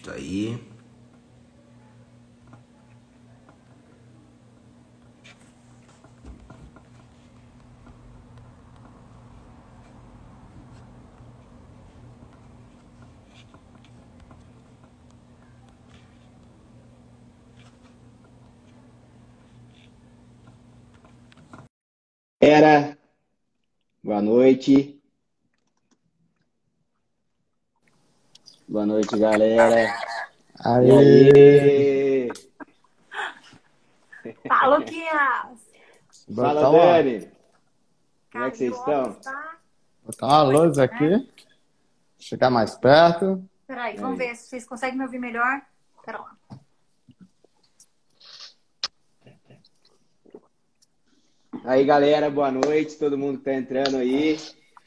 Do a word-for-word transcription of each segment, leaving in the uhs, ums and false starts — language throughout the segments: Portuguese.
Isso aí. Galera, boa noite. Boa noite, galera. E Aê! aí? Fala, Luquinhas! Fala, Botar uma, Dani. Como é que vocês Carioca estão? está botar uma luz doido, né? aqui, chegar mais perto. Peraí, vamos Aí. ver se vocês conseguem me ouvir melhor. Pera lá. Aí, galera, boa noite. Todo mundo que tá entrando aí.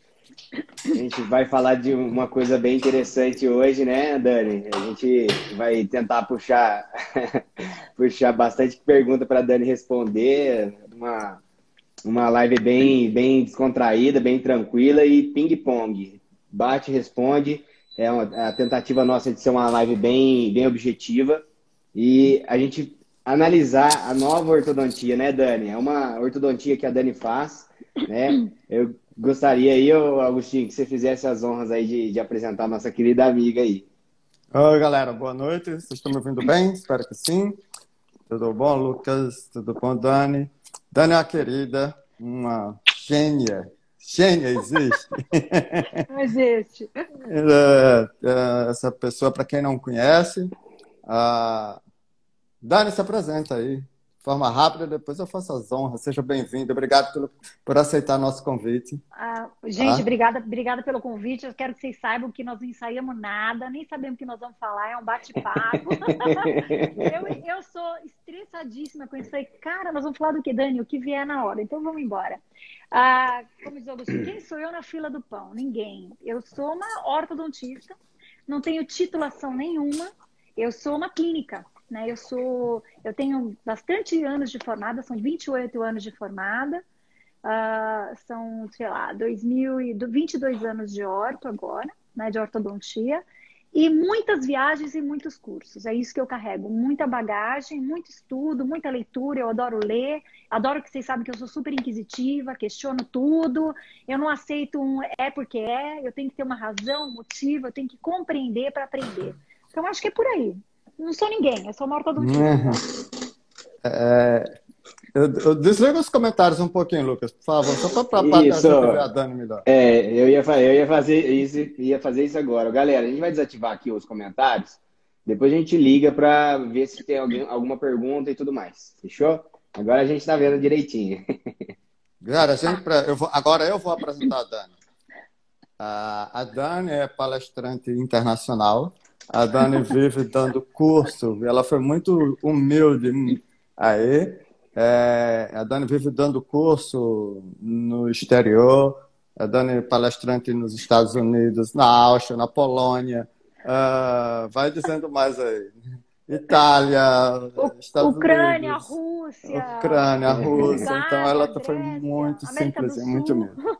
A gente vai falar de uma coisa bem interessante hoje, né, Dani? A gente vai tentar puxar, puxar bastante pergunta para a Dani responder. Uma, uma live bem, bem descontraída, bem tranquila e ping-pong. Bate, responde. É uma, é a tentativa nossa de ser uma live bem, bem objetiva e a gente analisar a nova ortodontia, né, Dani? É uma ortodontia que a Dani faz, né? Eu gostaria aí, ô, Agostinho, que você fizesse as honras aí de, de apresentar a nossa querida amiga aí. Oi, galera, boa noite. Vocês estão me ouvindo bem? Espero que sim. Tudo bom, Lucas? Tudo bom, Dani? Dani é uma querida, uma gênia. Gênia existe. Não existe. É, é, essa pessoa, para quem não conhece, a Dani se apresenta aí, de forma rápida, depois eu faço as honras. Seja bem-vindo. Obrigado pelo, por aceitar nosso convite. Ah, gente, Tá? obrigada, obrigada pelo convite. Eu quero que vocês saibam que nós não ensaiamos nada, nem sabemos o que nós vamos falar, é um bate-papo. Eu, eu sou estressadíssima com isso aí. Cara, nós vamos falar do que, Dani? O que vier na hora. Então vamos embora. Ah, como diz o Augusto, quem sou eu na fila do pão? Ninguém. Eu sou uma ortodontista, não tenho titulação nenhuma, eu sou uma clínica. Né? Eu sou, eu tenho bastante anos de formada, são vinte e oito anos de formada, uh, são, sei lá, dois mil e vinte e dois anos de orto agora, né, de ortodontia, e muitas viagens e muitos cursos. É isso que eu carrego, muita bagagem, muito estudo, muita leitura, eu adoro ler, adoro que vocês sabem que eu sou super inquisitiva, questiono tudo, eu não aceito um é porque é, eu tenho que ter uma razão, um motivo, eu tenho que compreender para aprender. Então, acho que é por aí. Não sou ninguém, eu sou uma ortodontista. Uhum. É, eu, eu desliga os comentários um pouquinho, Lucas, por favor, só para a Isso. gente ver a Dani melhor. É, eu ia, fa- eu ia fazer isso, ia fazer isso agora. Galera, a gente vai desativar aqui os comentários. Depois a gente liga para ver se tem alguém, alguma pergunta e tudo mais. Fechou? Agora a gente está vendo direitinho. Cara, a gente, pra- eu vou- agora eu vou apresentar a Dani. A, a Dani é palestrante internacional. A Dani vive dando curso. Ela foi muito humilde. hum, Aí, é, a Dani vive dando curso no exterior. A Dani é palestrante nos Estados Unidos, na Áustria, na Polônia. Ah, vai dizendo mais aí. Itália, U- Estados Ucrânia, Unidos, Rússia, Ucrânia, Rússia. Então, Bulgária, ela foi Grécia, muito América do simples e muito Sul. humilde.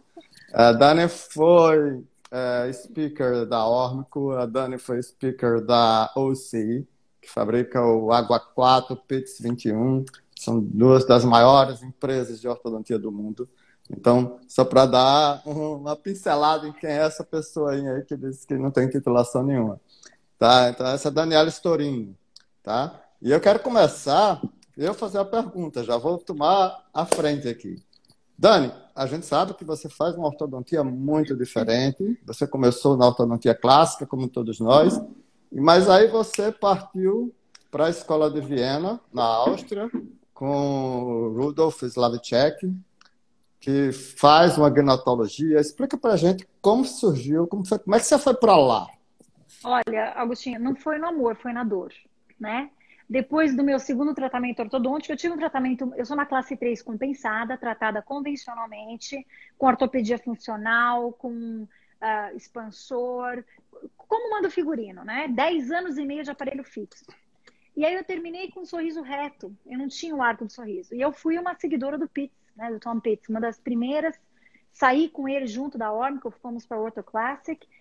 A Dani foi é, speaker da Ormco, a Dani foi speaker da O C, que fabrica o Água quatro, Pits vinte e um. São duas das maiores empresas de ortodontia do mundo. Então, só para dar uma pincelada em quem é essa pessoa aí que diz que não tem titulação nenhuma. Tá? Então, essa é a Daniela Storini. Tá? E eu quero começar, eu fazer a pergunta, já vou tomar a frente aqui. Dani, a gente sabe que você faz uma ortodontia muito diferente. Você começou na ortodontia clássica, como todos nós, mas aí você partiu para a Escola de Viena, na Áustria, com o Rudolf Slavicek, que faz uma gnatologia. Explica para a gente como surgiu, como, foi, como é que você foi para lá? Olha, Agostinho, não foi no amor, foi na dor, né? Depois do meu segundo tratamento ortodôntico, eu tive um tratamento, eu sou uma classe três compensada, tratada convencionalmente, com ortopedia funcional, com ah, expansor, como manda o figurino, né? Dez anos e meio de aparelho fixo. E aí eu terminei com um sorriso reto, eu não tinha o arco do sorriso. E eu fui uma seguidora do Pitts, né, do Tom Pitts, uma das primeiras, saí com ele junto da Ormco, fomos para o Ortho Classic.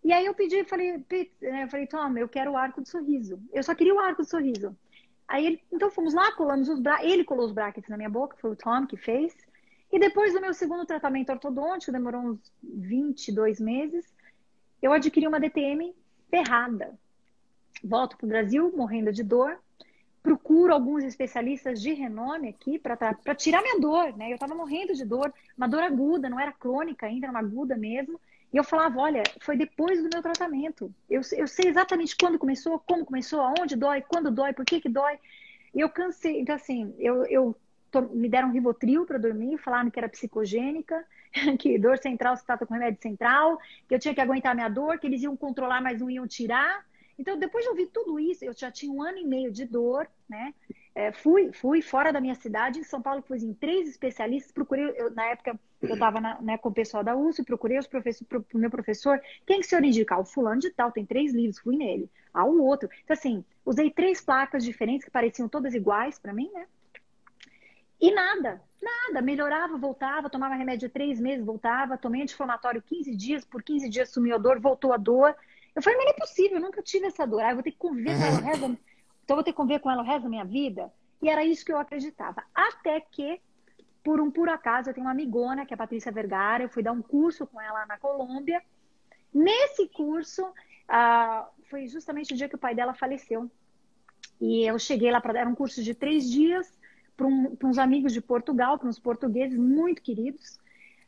E aí eu pedi, falei, Pete, né, eu falei, Tom, eu quero o arco do sorriso. Eu só queria o arco do sorriso. Aí ele, então fomos lá, colamos os brackets, ele colou os brackets na minha boca, foi o Tom que fez. E depois do meu segundo tratamento ortodôntico, demorou uns vinte e dois meses, eu adquiri uma D T M ferrada. Volto pro Brasil, morrendo de dor. Procuro alguns especialistas de renome aqui para tirar minha dor, né? Eu tava morrendo de dor, uma dor aguda, não era crônica ainda, era uma aguda mesmo. E eu falava, olha, foi depois do meu tratamento. Eu, eu sei exatamente quando começou, como começou, aonde dói, quando dói, por que que dói. E eu cansei. Então, assim, eu, eu to, me deram um Rivotril para dormir, falaram que era psicogênica, que dor central se trata com remédio central, que eu tinha que aguentar a minha dor, que eles iam controlar, mas não iam tirar. Então, depois de ouvir tudo isso, eu já tinha um ano e meio de dor, né? É, fui, fui fora da minha cidade, em São Paulo, fui em três especialistas, procurei, eu, na época eu estava né, com o pessoal da U S P, procurei os professor, pro, pro meu professor, quem que o senhor indica? Ah, o fulano de tal, tem três livros, fui nele. Ah, o outro. Então, assim, usei três placas diferentes, que pareciam todas iguais para mim, né? E nada, nada, melhorava, voltava, tomava remédio três meses, voltava, tomei anti-inflamatório quinze dias, por quinze dias sumiu a dor, voltou a dor. Eu falei, mas não é possível, eu nunca tive essa dor. Ah, eu vou ter que conviver com ela o resto da... Então, eu vou ter que conviver com ela o resto da minha vida. E era isso que eu acreditava. Até que, por um puro acaso, eu tenho uma amigona, que é a Patrícia Vergara, eu fui dar um curso com ela na Colômbia. Nesse curso, ah, foi justamente o dia que o pai dela faleceu. E eu cheguei lá para dar um curso de três dias para um, uns amigos de Portugal, para uns portugueses muito queridos.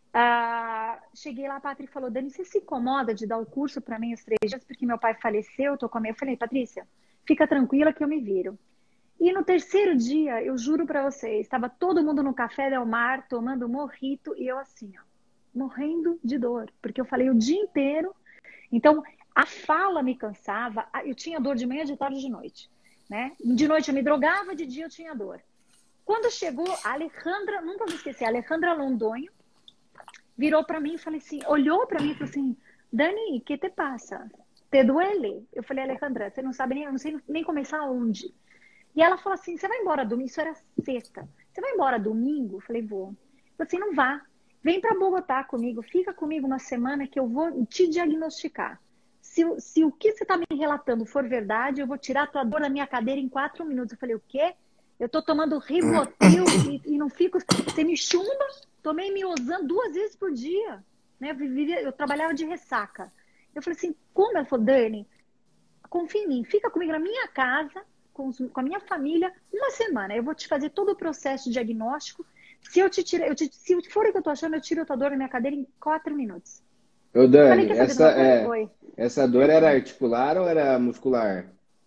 Ah, cheguei lá, a Patrícia falou, Dani, você se incomoda de dar o curso para mim os três dias, porque meu pai faleceu, eu tô com a minha... Eu falei, Patrícia, fica tranquila que eu me viro. E no terceiro dia, eu juro para vocês, estava todo mundo no Café Del Mar, tomando mojito, e eu assim, ó, morrendo de dor, porque eu falei o dia inteiro. Então, a fala me cansava, eu tinha dor de manhã, de tarde e de noite, né? De noite eu me drogava, de dia eu tinha dor. Quando chegou a Alejandra, nunca vou esquecer, a Alejandra Londonho, virou para mim e falei assim, olhou para mim e falou assim, Dani, que te passa? Te duele? Eu falei, Alejandra, você não sabe nem, eu não sei nem começar onde. E ela falou assim, você vai embora domingo? Isso era sexta. Você vai embora domingo? Eu falei, vou. Eu falei assim, não vá. Vem para Bogotá comigo, fica comigo uma semana que eu vou te diagnosticar. Se, se o que você está me relatando for verdade, eu vou tirar a tua dor da minha cadeira em quatro minutos. Eu falei, o quê? Eu tô tomando Rivotril e, e não fico... Você me chumba? Tomei Miozan duas vezes por dia. Né? Eu, vivia, eu trabalhava de ressaca. Eu falei assim, como? Ela falou, Dani, confia em mim, fica comigo na minha casa, com, os, com a minha família, uma semana. Eu vou te fazer todo o processo de diagnóstico. Se eu te tirar, eu te, se for o que eu tô achando, eu tiro a tua dor da minha cadeira em quatro minutos. Ô, Dani, Falei, essa, é, essa dor era articular ou era muscular?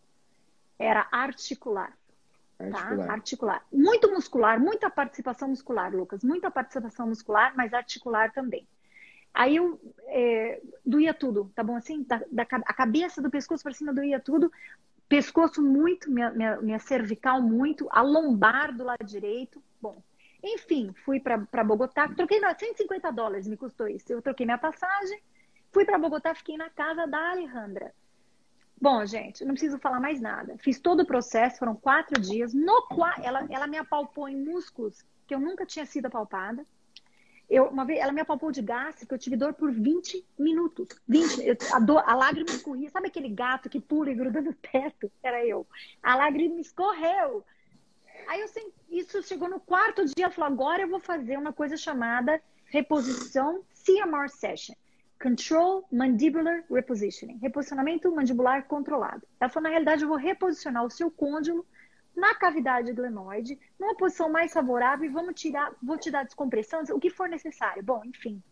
Era articular. Articular. Tá? Articular. Muito muscular, muita participação muscular, Lucas. Muita participação muscular, mas articular também. Aí eu é, doía tudo, tá bom assim? Da, da, a cabeça do pescoço para cima doía tudo. Pescoço muito, minha, minha, minha cervical muito, a lombar do lado direito. Bom, enfim, fui para Bogotá. Troquei cento e cinquenta dólares, me custou isso. Eu troquei minha passagem, fui para Bogotá, fiquei na casa da Alejandra. Bom, gente, não preciso falar mais nada. Fiz todo o processo, foram quatro dias. No qua... ela, ela me apalpou em músculos que eu nunca tinha sido apalpada. Eu, uma vez, ela me apalpou de gástrica, eu tive dor por vinte minutos. vinte, eu, a, dor, a lágrima escorria. Sabe aquele gato que pula e gruda no teto? Era eu. A lágrima escorreu. Aí eu senti, isso chegou no quarto dia, ela falou, agora eu vou fazer uma coisa chamada reposição C M R Session. Control Mandibular Repositioning. Reposicionamento mandibular controlado. Ela falou, na realidade, eu vou reposicionar o seu côndilo na cavidade glenoide, numa posição mais favorável, e vamos tirar, vou te dar descompressão, o que for necessário. Bom, enfim.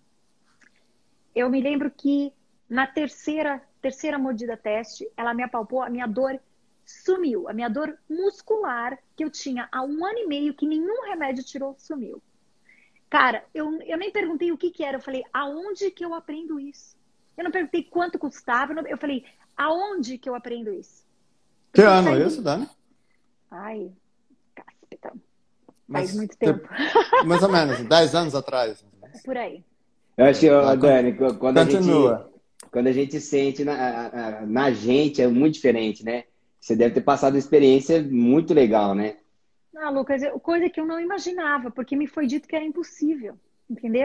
Eu me lembro que na terceira, terceira mordida teste, ela me apalpou, a minha dor sumiu. A minha dor muscular, que eu tinha há um ano e meio, que nenhum remédio tirou, sumiu. Cara, eu, eu nem perguntei o que que era. Eu falei, aonde que eu aprendo isso? Eu não perguntei quanto custava. Eu falei, aonde que eu aprendo isso? Que ano é isso, Dani? Ai, cáspita. Mas Faz muito te- tempo. Mais ou menos, dez anos atrás. Por aí. Eu acho que, ó, Tá, Dani, quando a gente, Continua. quando a gente sente na, a- a- na gente, é muito diferente, né? Você deve ter passado uma experiência muito legal, né? Ah, Lucas, eu- coisa que eu não imaginava, porque me foi dito que era impossível. Entendeu?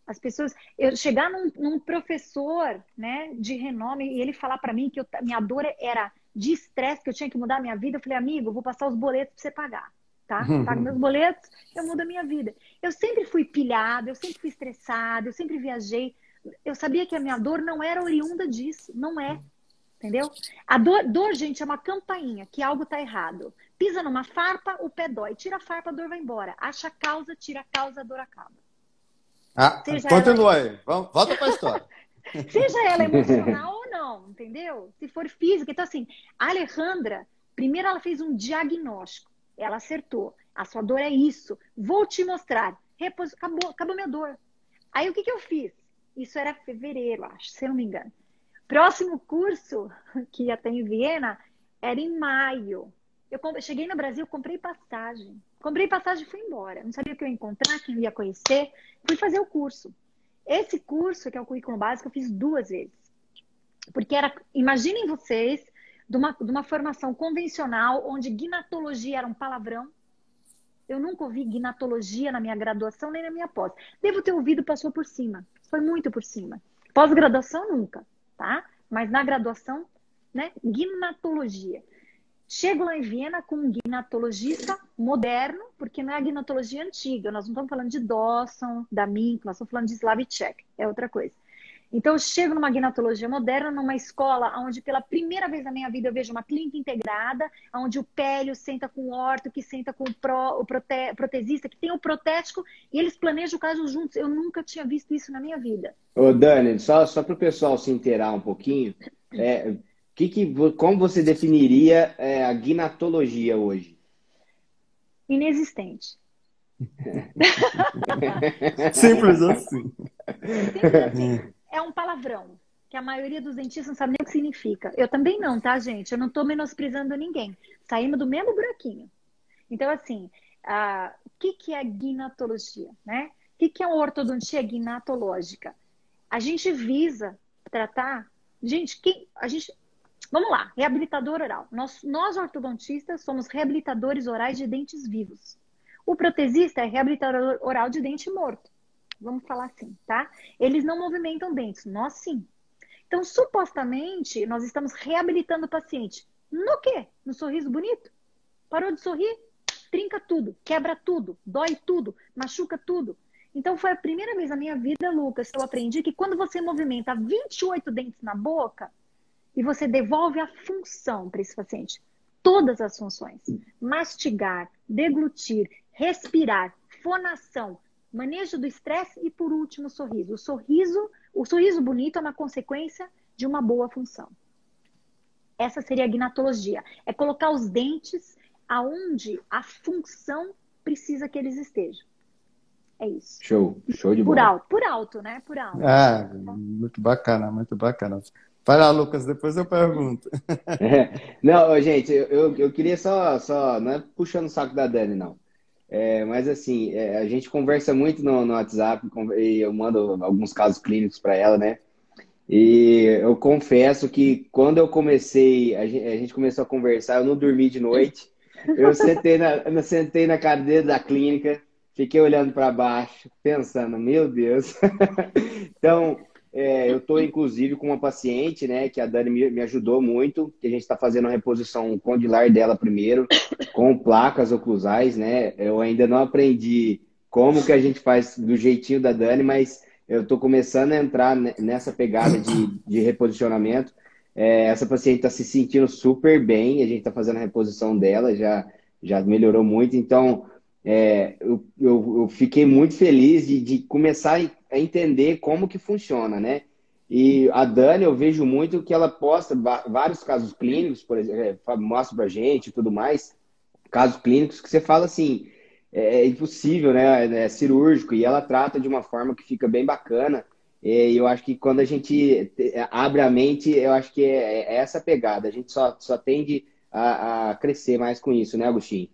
As pessoas, eu chegar num, num professor, né, de renome e ele falar para mim que eu, minha dor era de estresse, que eu tinha que mudar a minha vida, eu falei, amigo, eu vou passar os boletos para você pagar, tá? Você paga meus boletos, eu mudo a minha vida. Eu sempre fui pilhada, eu sempre fui estressada, eu sempre viajei. Eu sabia que a minha dor não era oriunda disso, não é. Entendeu? A dor, dor, gente, é uma campainha que algo tá errado. Pisa numa farpa, o pé dói. Tira a farpa, a dor vai embora. Acha a causa, tira a causa, a dor acaba. Ah, Seja continua ela... aí. Vamos, volta para a história. Seja ela emocional ou não, entendeu? Se for física. Então, assim, a Alejandra, primeiro ela fez um diagnóstico. Ela acertou. A sua dor é isso. Vou te mostrar. Repos... Acabou, acabou minha dor. Aí, o que, que eu fiz? Isso era fevereiro, acho, se eu não me engano. Próximo curso, que ia ter em Viena, era em maio. Eu cheguei no Brasil, comprei passagem. Comprei passagem e fui embora. Não sabia o que eu ia encontrar, quem eu ia conhecer. Fui fazer o curso. Esse curso, que é o currículo básico, eu fiz duas vezes. Porque era, imaginem vocês, de uma, de uma formação convencional, onde ginatologia era um palavrão. Eu nunca ouvi ginatologia na minha graduação, nem na minha pós. Devo ter ouvido, passou por cima. Foi muito por cima. Pós-graduação, nunca. Tá? Mas na graduação, né, ginatologia. Chego lá em Viena com um ginatologista moderno, porque não é a ginatologia antiga, nós não estamos falando de Dawson, da Mink, nós estamos falando de Slavicek, é outra coisa. Então eu chego numa ginatologia moderna, numa escola onde pela primeira vez na minha vida eu vejo uma clínica integrada, onde o pélio senta com o orto, que senta com o, pro, o prote, protesista, que tem o protético, e eles planejam o caso juntos. Eu nunca tinha visto isso na minha vida. Ô, Dani, só, só para o pessoal se inteirar um pouquinho, é, que que, como você definiria é, a ginatologia hoje? Inexistente. Simples assim. Simples assim. É um palavrão, que a maioria dos dentistas não sabe nem o que significa. Eu também não, tá, gente? Eu não tô menosprezando ninguém. Saímos do mesmo buraquinho. Então, assim, uh, o que, que é ginatologia, né? O que, que é uma ortodontia ginatológica? A gente visa tratar... Gente, quem... A gente... Vamos lá, reabilitador oral. Nós, nós, ortodontistas, somos reabilitadores orais de dentes vivos. O protesista é reabilitador oral de dente morto. Vamos falar assim, tá? Eles não movimentam dentes, nós sim. Então, supostamente, nós estamos reabilitando o paciente. No quê? No sorriso bonito? Parou de sorrir? Trinca tudo, quebra tudo, dói tudo, machuca tudo. Então, foi a primeira vez na minha vida, Lucas, que eu aprendi que quando você movimenta vinte e oito dentes na boca e você devolve a função para esse paciente, todas as funções, mastigar, deglutir, respirar, fonação, manejo do estresse e, por último, o sorriso. O sorriso, o sorriso bonito é uma consequência de uma boa função. Essa seria a ginatologia. É colocar os dentes aonde a função precisa que eles estejam. É isso. Show, show de bola. Por alto, por alto, né? Por alto. Ah, muito bacana, muito bacana. Vai lá, Lucas, depois eu pergunto. Não, gente, eu, eu queria só, só, não é puxando o saco da Dani, não. É, mas assim, é, a gente conversa muito no, no WhatsApp e eu mando alguns casos clínicos para ela, né? E eu confesso que quando eu comecei, a gente, a gente começou a conversar, eu não dormi de noite. Eu sentei na, eu sentei na cadeira da clínica, fiquei olhando para baixo, pensando, meu Deus. Então, é, eu estou inclusive com uma paciente, né, que a Dani me, me ajudou muito, que a gente está fazendo a reposição condilar dela primeiro, com placas oclusais, né? Eu ainda não aprendi como que a gente faz do jeitinho da Dani, mas eu estou começando a entrar nessa pegada de, de reposicionamento. É, essa paciente está se sentindo super bem, a gente está fazendo a reposição dela, já, já melhorou muito. Então, é, eu, eu, eu fiquei muito feliz de, de começar a entender como que funciona, né? E a Dani, eu vejo muito que ela posta vários casos clínicos, por exemplo, mostra pra gente e tudo mais, casos clínicos que você fala assim, é impossível, né? É cirúrgico, e ela trata de uma forma que fica bem bacana. E eu acho que quando a gente abre a mente, eu acho que é essa pegada. A gente só, só tende a, a crescer mais com isso, né, Agostinho?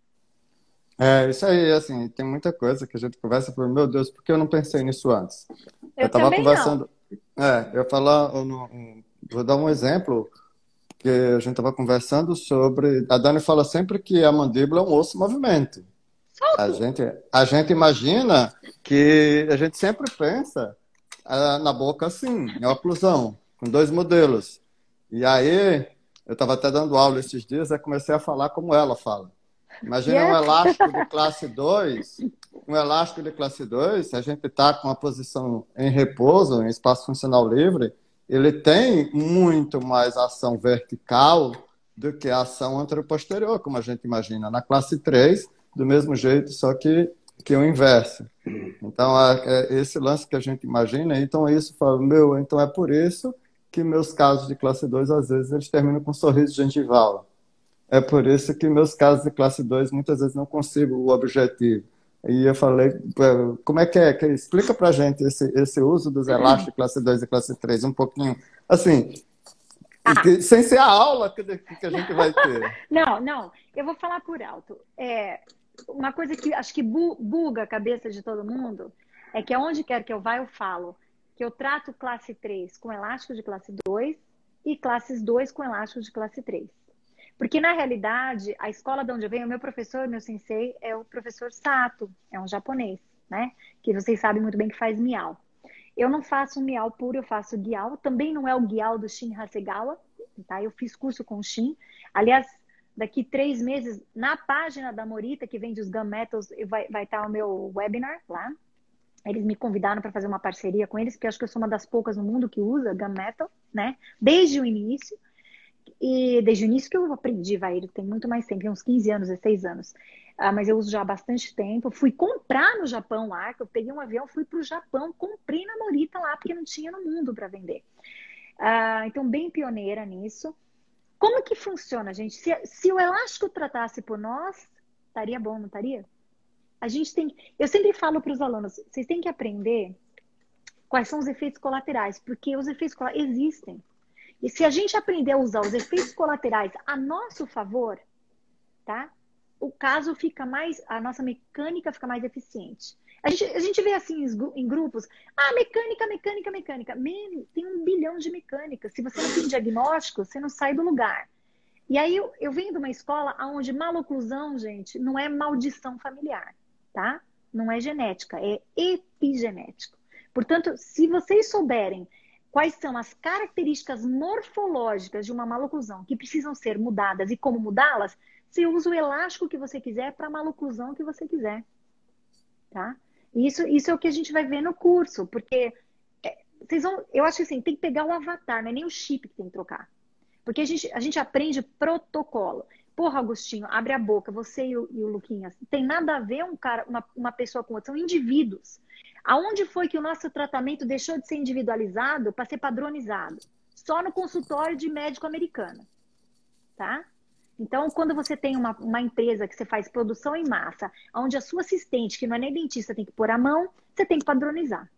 É, isso aí, assim, tem muita coisa que a gente conversa por, meu Deus, por que eu não pensei nisso antes? Eu, eu tava também conversando, não. É, eu falar, eu não, vou dar um exemplo, que a gente estava conversando sobre, a Dani fala sempre que a mandíbula é um osso em movimento. A gente, a gente imagina que a gente sempre pensa ah, na boca assim, em oclusão, com dois modelos. E aí, eu estava até dando aula esses dias, aí comecei a falar como ela fala. Imagina um Yes. elástico de classe dois, um elástico de classe dois, se a gente está com uma posição em repouso, em espaço funcional livre, ele tem muito mais ação vertical do que a ação anteroposterior, como a gente imagina. Na classe três, do mesmo jeito, só que, que o inverso. Então, é, é esse lance que a gente imagina, então isso fala, meu, então é por isso que meus casos de classe dois, às vezes, eles terminam com um sorriso gengival. É por isso que meus casos de classe dois, muitas vezes, não consigo o objetivo. E eu falei, como é que é? Explica pra gente esse, esse uso dos elásticos de classe dois e classe três, um pouquinho, assim, Ah. que, sem ser a aula que, que a gente vai ter. Não, não, eu vou falar por alto. É, uma coisa que acho que bu buga a cabeça de todo mundo é que aonde quer que eu vá, eu falo que eu trato classe três com elástico de classe dois e classes dois com elástico de classe três. Porque, na realidade, a escola de onde eu venho, o meu professor, meu sensei, é o professor Sato, é um japonês, né? Que vocês sabem muito bem que faz miau. Eu não faço um miau puro, eu faço guial. Também não é o guial do Shin Hasegawa, tá? Eu fiz curso com o Shin. Aliás, daqui três meses, na página da Morita, que vende os Gun Metals, vai, vai estar o meu webinar lá. Eles me convidaram para fazer uma parceria com eles, porque eu acho que eu sou uma das poucas no mundo que usa Gun Metal, né? Desde o início. E desde o início que eu aprendi, vai, ele tem muito mais tempo, tem uns quinze anos, dezesseis anos. Ah, mas eu uso já há bastante tempo. Fui comprar no Japão lá, que eu peguei um avião, fui para o Japão, comprei na Morita lá, porque não tinha no mundo para vender. Ah, então, bem pioneira nisso. Como que funciona, gente? Se, se o elástico tratasse por nós, estaria bom, não estaria? A gente tem... Eu sempre falo para os alunos, vocês têm que aprender quais são os efeitos colaterais, porque os efeitos colaterais existem. E se a gente aprender a usar os efeitos colaterais a nosso favor, tá? O caso fica mais, a nossa mecânica fica mais eficiente. A gente, a gente vê assim em grupos, ah, mecânica, mecânica, mecânica. Man, tem um bilhão de mecânicas. Se você não tem diagnóstico, você não sai do lugar. E aí eu, eu venho de uma escola onde maloclusão, gente, não é maldição familiar, tá? Não é genética, é epigenético. Portanto, se vocês souberem quais são as características morfológicas de uma maloclusão que precisam ser mudadas e como mudá-las, você usa o elástico que você quiser para a maloclusão que você quiser. Tá? Isso, isso é o que a gente vai ver no curso, porque é, vocês vão, eu acho que assim, tem que pegar o avatar, não é nem o chip que tem que trocar. Porque a gente, a gente aprende protocolo. Porra, Agostinho, abre a boca, você e o, e o Luquinhas. Tem nada a ver um cara, uma, uma pessoa com outra, são indivíduos. Aonde foi que o nosso tratamento deixou de ser individualizado para ser padronizado? Só no consultório de médico americano. Tá? Então, quando você tem uma, uma empresa que você faz produção em massa, onde a sua assistente, que não é nem dentista, tem que pôr a mão, você tem que padronizar.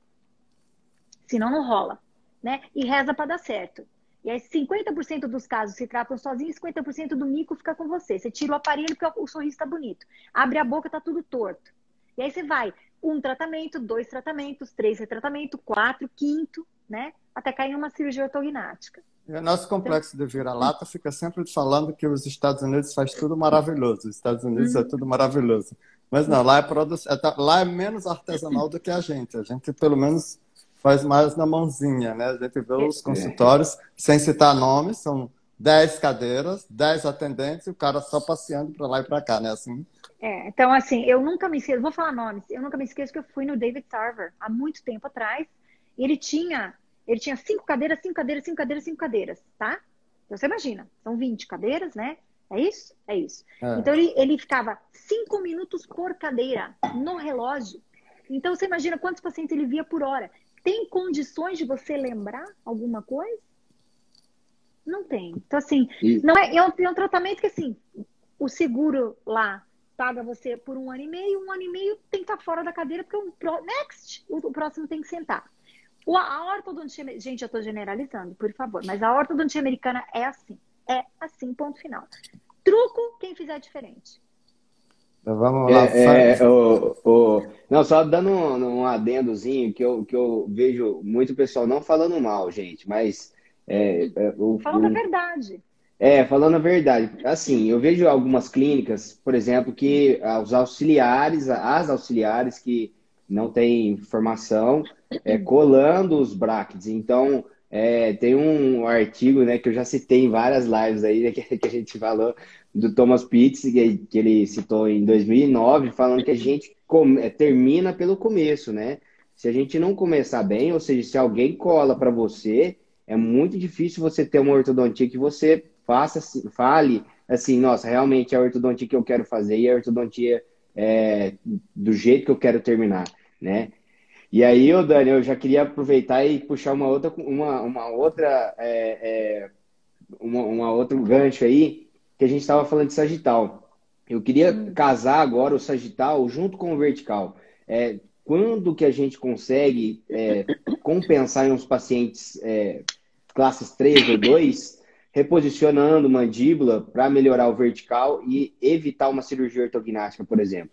Senão não rola. Né? E reza para dar certo. E aí cinquenta por cento dos casos se tratam sozinhos, cinquenta por cento do mico fica com você. Você tira o aparelho porque o sorriso está bonito. Abre a boca, tá tudo torto. E aí você vai, um tratamento, dois tratamentos, três retratamentos, quatro, quinto, né? Até cair numa cirurgia ortognática. E o nosso complexo de vira-lata fica sempre falando que os Estados Unidos faz tudo maravilhoso. Os Estados Unidos uhum. é tudo maravilhoso. Mas não, lá é, produ... lá é menos artesanal do que a gente. A gente, pelo menos, faz mais na mãozinha, né? A gente vê os consultórios, sem citar nomes, são dez cadeiras, dez atendentes, e o cara só passeando para lá e para cá, né? Assim... É, então, assim, eu nunca me esqueço, vou falar nomes, eu nunca me esqueço que eu fui no David Tarver, há muito tempo atrás, e ele tinha, ele tinha cinco cadeiras, cinco cadeiras, cinco cadeiras, cinco cadeiras, tá? Então, você imagina, são vinte cadeiras, né? É isso? É isso. É. Então, ele, ele ficava cinco minutos por cadeira, no relógio. Então, você imagina quantos pacientes ele via por hora. Tem condições de você lembrar alguma coisa? Não tem. Então, assim, e... não é, é, um, é um tratamento que, assim, o seguro lá paga você por um ano e meio, um ano e meio tem que estar fora da cadeira, porque o pro, next, o, o próximo tem que sentar. O, a ortodontia, gente, eu estou generalizando, por favor, mas a ortodontia americana é assim. É assim, ponto final. Truco, quem fizer diferente. Então, vamos lá. É, é, o, o... Não, só dando um, um adendozinho, que eu, que eu vejo muito pessoal não falando mal, gente, mas... É, é, o, falando o... a verdade. É, falando a verdade, assim, eu vejo algumas clínicas, por exemplo, que ah, os auxiliares, as auxiliares que não têm formação, é, colando os brackets. Então, é, tem um artigo, né, que eu já citei em várias lives aí, né, que, que a gente falou do Thomas Pitts, que, que ele citou em dois mil e nove, falando que a gente come- é, termina pelo começo, né? Se a gente não começar bem, ou seja, se alguém cola para você, é muito difícil você ter uma ortodontia que você faça, assim- fale assim, nossa, realmente é a ortodontia que eu quero fazer e a ortodontia é, do jeito que eu quero terminar, né? E aí, ô Dani, eu já queria aproveitar e puxar uma outra, uma, uma outra, é, é, uma, uma outro gancho aí, que a gente estava falando de sagital. Eu queria Hum. casar agora o sagital junto com o vertical. É, quando que a gente consegue é, compensar em uns pacientes é, classes três ou dois, reposicionando mandíbula para melhorar o vertical e evitar uma cirurgia ortognática, por exemplo?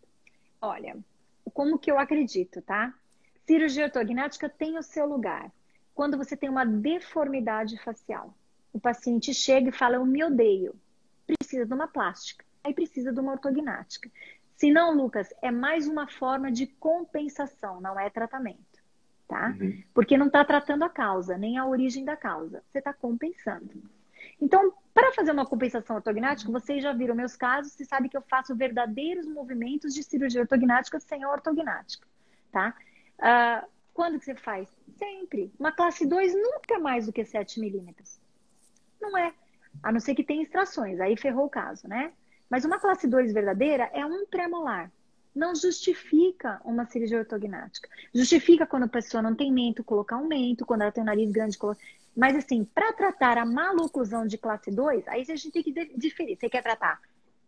Olha, como que eu acredito, tá? Cirurgia ortognática tem o seu lugar. Quando você tem uma deformidade facial, o paciente chega e fala, eu me odeio, precisa de uma plástica, aí precisa de uma ortognática. Se não, Lucas, é mais uma forma de compensação, não é tratamento, tá? Uhum. Porque não está tratando a causa, nem a origem da causa, você está compensando. Então, para fazer uma compensação ortognática, vocês já viram meus casos, você sabe que eu faço verdadeiros movimentos de cirurgia ortognática sem a ortognática, tá? Ah, quando que você faz? Sempre. Uma classe dois nunca é mais do que sete milímetros. Não é. A não ser que tenha extrações, aí ferrou o caso, né? Mas uma classe dois verdadeira é um premolar. Não justifica uma cirurgia ortognática. Justifica quando a pessoa não tem mento, colocar um mento, quando ela tem um nariz grande, colocar... Mas assim, para tratar a maloclusão de classe dois, aí a gente tem que diferir. Você quer tratar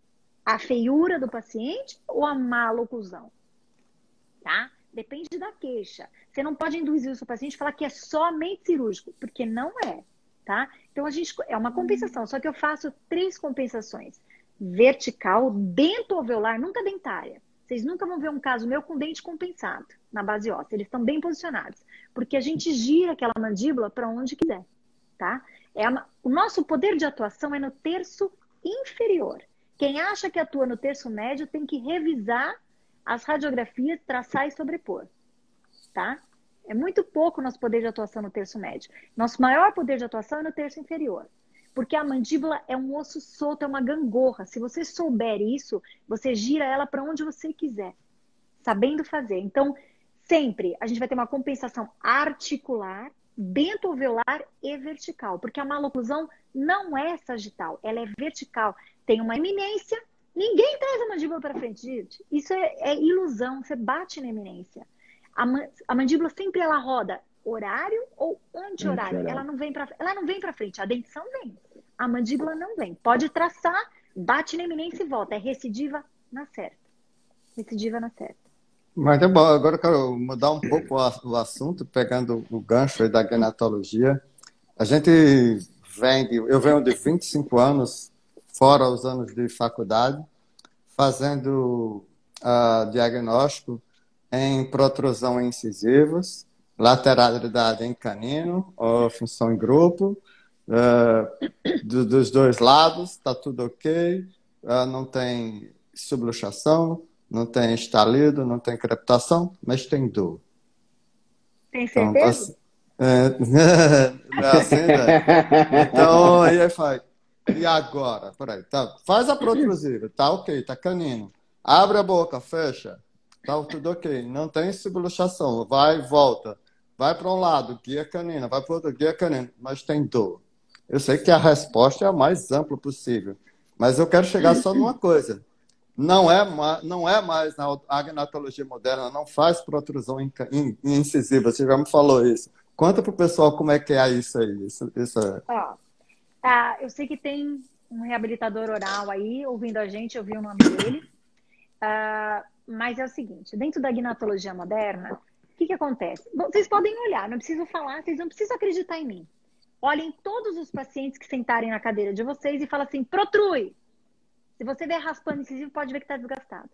a feiura do paciente ou a maloclusão? Tá? Depende da queixa. Você não pode induzir o seu paciente a falar que é somente cirúrgico, porque não é, tá? Então a gente é uma compensação, só que eu faço três compensações: vertical, dentoalveolar, nunca dentária. Vocês nunca vão ver um caso meu com dente compensado na base óssea. Eles estão bem posicionados, porque a gente gira aquela mandíbula para onde quiser, tá? É uma... O nosso poder de atuação é no terço inferior. Quem acha que atua no terço médio tem que revisar as radiografias, traçar e sobrepor, tá? É muito pouco o nosso poder de atuação no terço médio. Nosso maior poder de atuação é no terço inferior. Porque a mandíbula é um osso solto, é uma gangorra. Se você souber isso, você gira ela para onde você quiser, sabendo fazer. Então, sempre a gente vai ter uma compensação articular, dentoalveolar e vertical. Porque a maloclusão não é sagital, ela é vertical. Tem uma eminência. Ninguém traz a mandíbula para frente, gente. Isso é, é ilusão, você bate na eminência. A, a mandíbula sempre ela roda horário ou anti-horário. Ela não vem para ela não vem para frente, a dentição vem. A mandíbula não vem. Pode traçar, bate na eminência e volta. É recidiva na certa. Recidiva na certa. Mas é bom, agora eu quero mudar um pouco o assunto, pegando o gancho aí da gnatologia. A gente vem, de, eu venho de vinte e cinco anos, fora os anos de faculdade, fazendo uh, diagnóstico em protrusão em incisivos, lateralidade em canino, ou função em grupo, uh, do, dos dois lados, está tudo ok, uh, não tem subluxação, não tem estalido, não tem crepitação, mas tem dor. Tem certeza? Então, é, não é assim, né? Então, aí ele faz. E agora? Peraí, tá, faz a protrusiva, tá ok, tá canino. Abre a boca, fecha, tá tudo ok. Não tem subluxação, vai e volta. Vai para um lado, guia canina, vai para outro, guia canina, mas tem dor. Eu sei que a resposta é a mais ampla possível, mas eu quero chegar só numa coisa. Não é, não é mais na agnatologia moderna, não faz protrusão incisiva, você já me falou isso. Conta para o pessoal como é que é isso aí. Isso, isso é... Ó, tá, eu sei que tem um reabilitador oral aí, ouvindo a gente, eu vi o nome dele. Uh, mas é o seguinte, dentro da agnatologia moderna, o que, que acontece? Bom, vocês podem olhar, não preciso falar, vocês não precisam acreditar em mim. Olhem todos os pacientes que sentarem na cadeira de vocês e falam assim, protrui! Se você ver raspando incisivo, pode ver que está desgastado.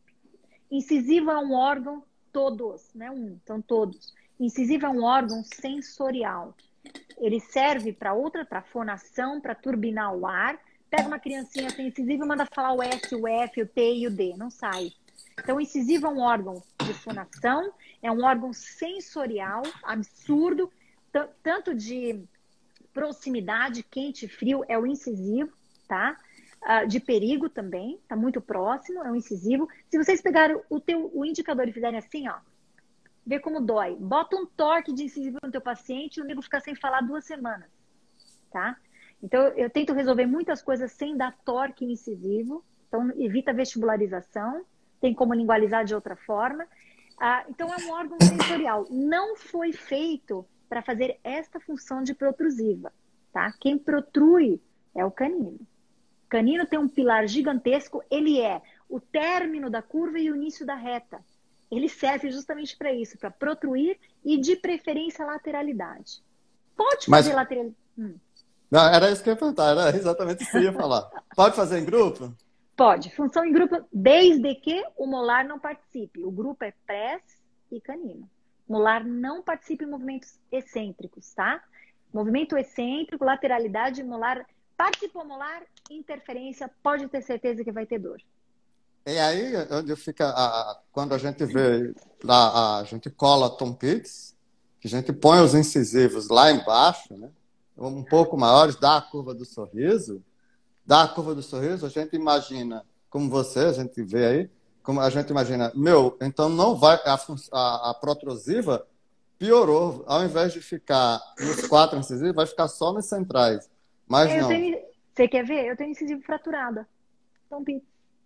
Incisivo é um órgão, todos, né? Um, então todos. Incisivo é um órgão sensorial. Ele serve para outra, para fonação, para turbinar o ar. Pega uma criancinha sem incisivo e manda falar o S, o F, o T e o D. Não sai. Então, o incisivo é um órgão de fonação, é um órgão sensorial, absurdo, tanto de proximidade, quente e frio, é o incisivo, tá? Uh, de perigo também, tá muito próximo, é um incisivo. Se vocês pegarem o, teu, o indicador e fizerem assim, ó, vê como dói. Bota um torque de incisivo no teu paciente e o nego fica sem falar duas semanas, tá? Então, eu tento resolver muitas coisas sem dar torque incisivo, então evita vestibularização, tem como lingualizar de outra forma. Ah, então, é um órgão sensorial. Não foi feito para fazer esta função de protrusiva, tá? Quem protrui é o canino. O canino tem um pilar gigantesco, ele é o término da curva e o início da reta. Ele serve justamente para isso, para protruir e, de preferência, lateralidade. Pode fazer Mas... lateralidade. Hum. Não, era isso que eu ia perguntar, era exatamente isso que eu ia falar. Pode fazer em grupo? Pode. Função em grupo, desde que o molar não participe. O grupo é press e canino. Molar não participa em movimentos excêntricos, tá? Movimento excêntrico, lateralidade, molar. Participou molar, interferência, pode ter certeza que vai ter dor. E aí, onde fica, a, quando a gente vê, a, a gente cola Tom Pitts, que a gente põe os incisivos lá embaixo, né? Um pouco maiores, dá a curva do sorriso, dá a curva do sorriso, a gente imagina, como você, a gente vê aí, como a gente imagina, meu, então não vai, a, a, a protrusiva piorou, ao invés de ficar nos quatro incisivos, vai ficar só nos centrais, mas eu não. Tenho, você quer ver? Eu tenho incisivo fraturada. Tom Pitts.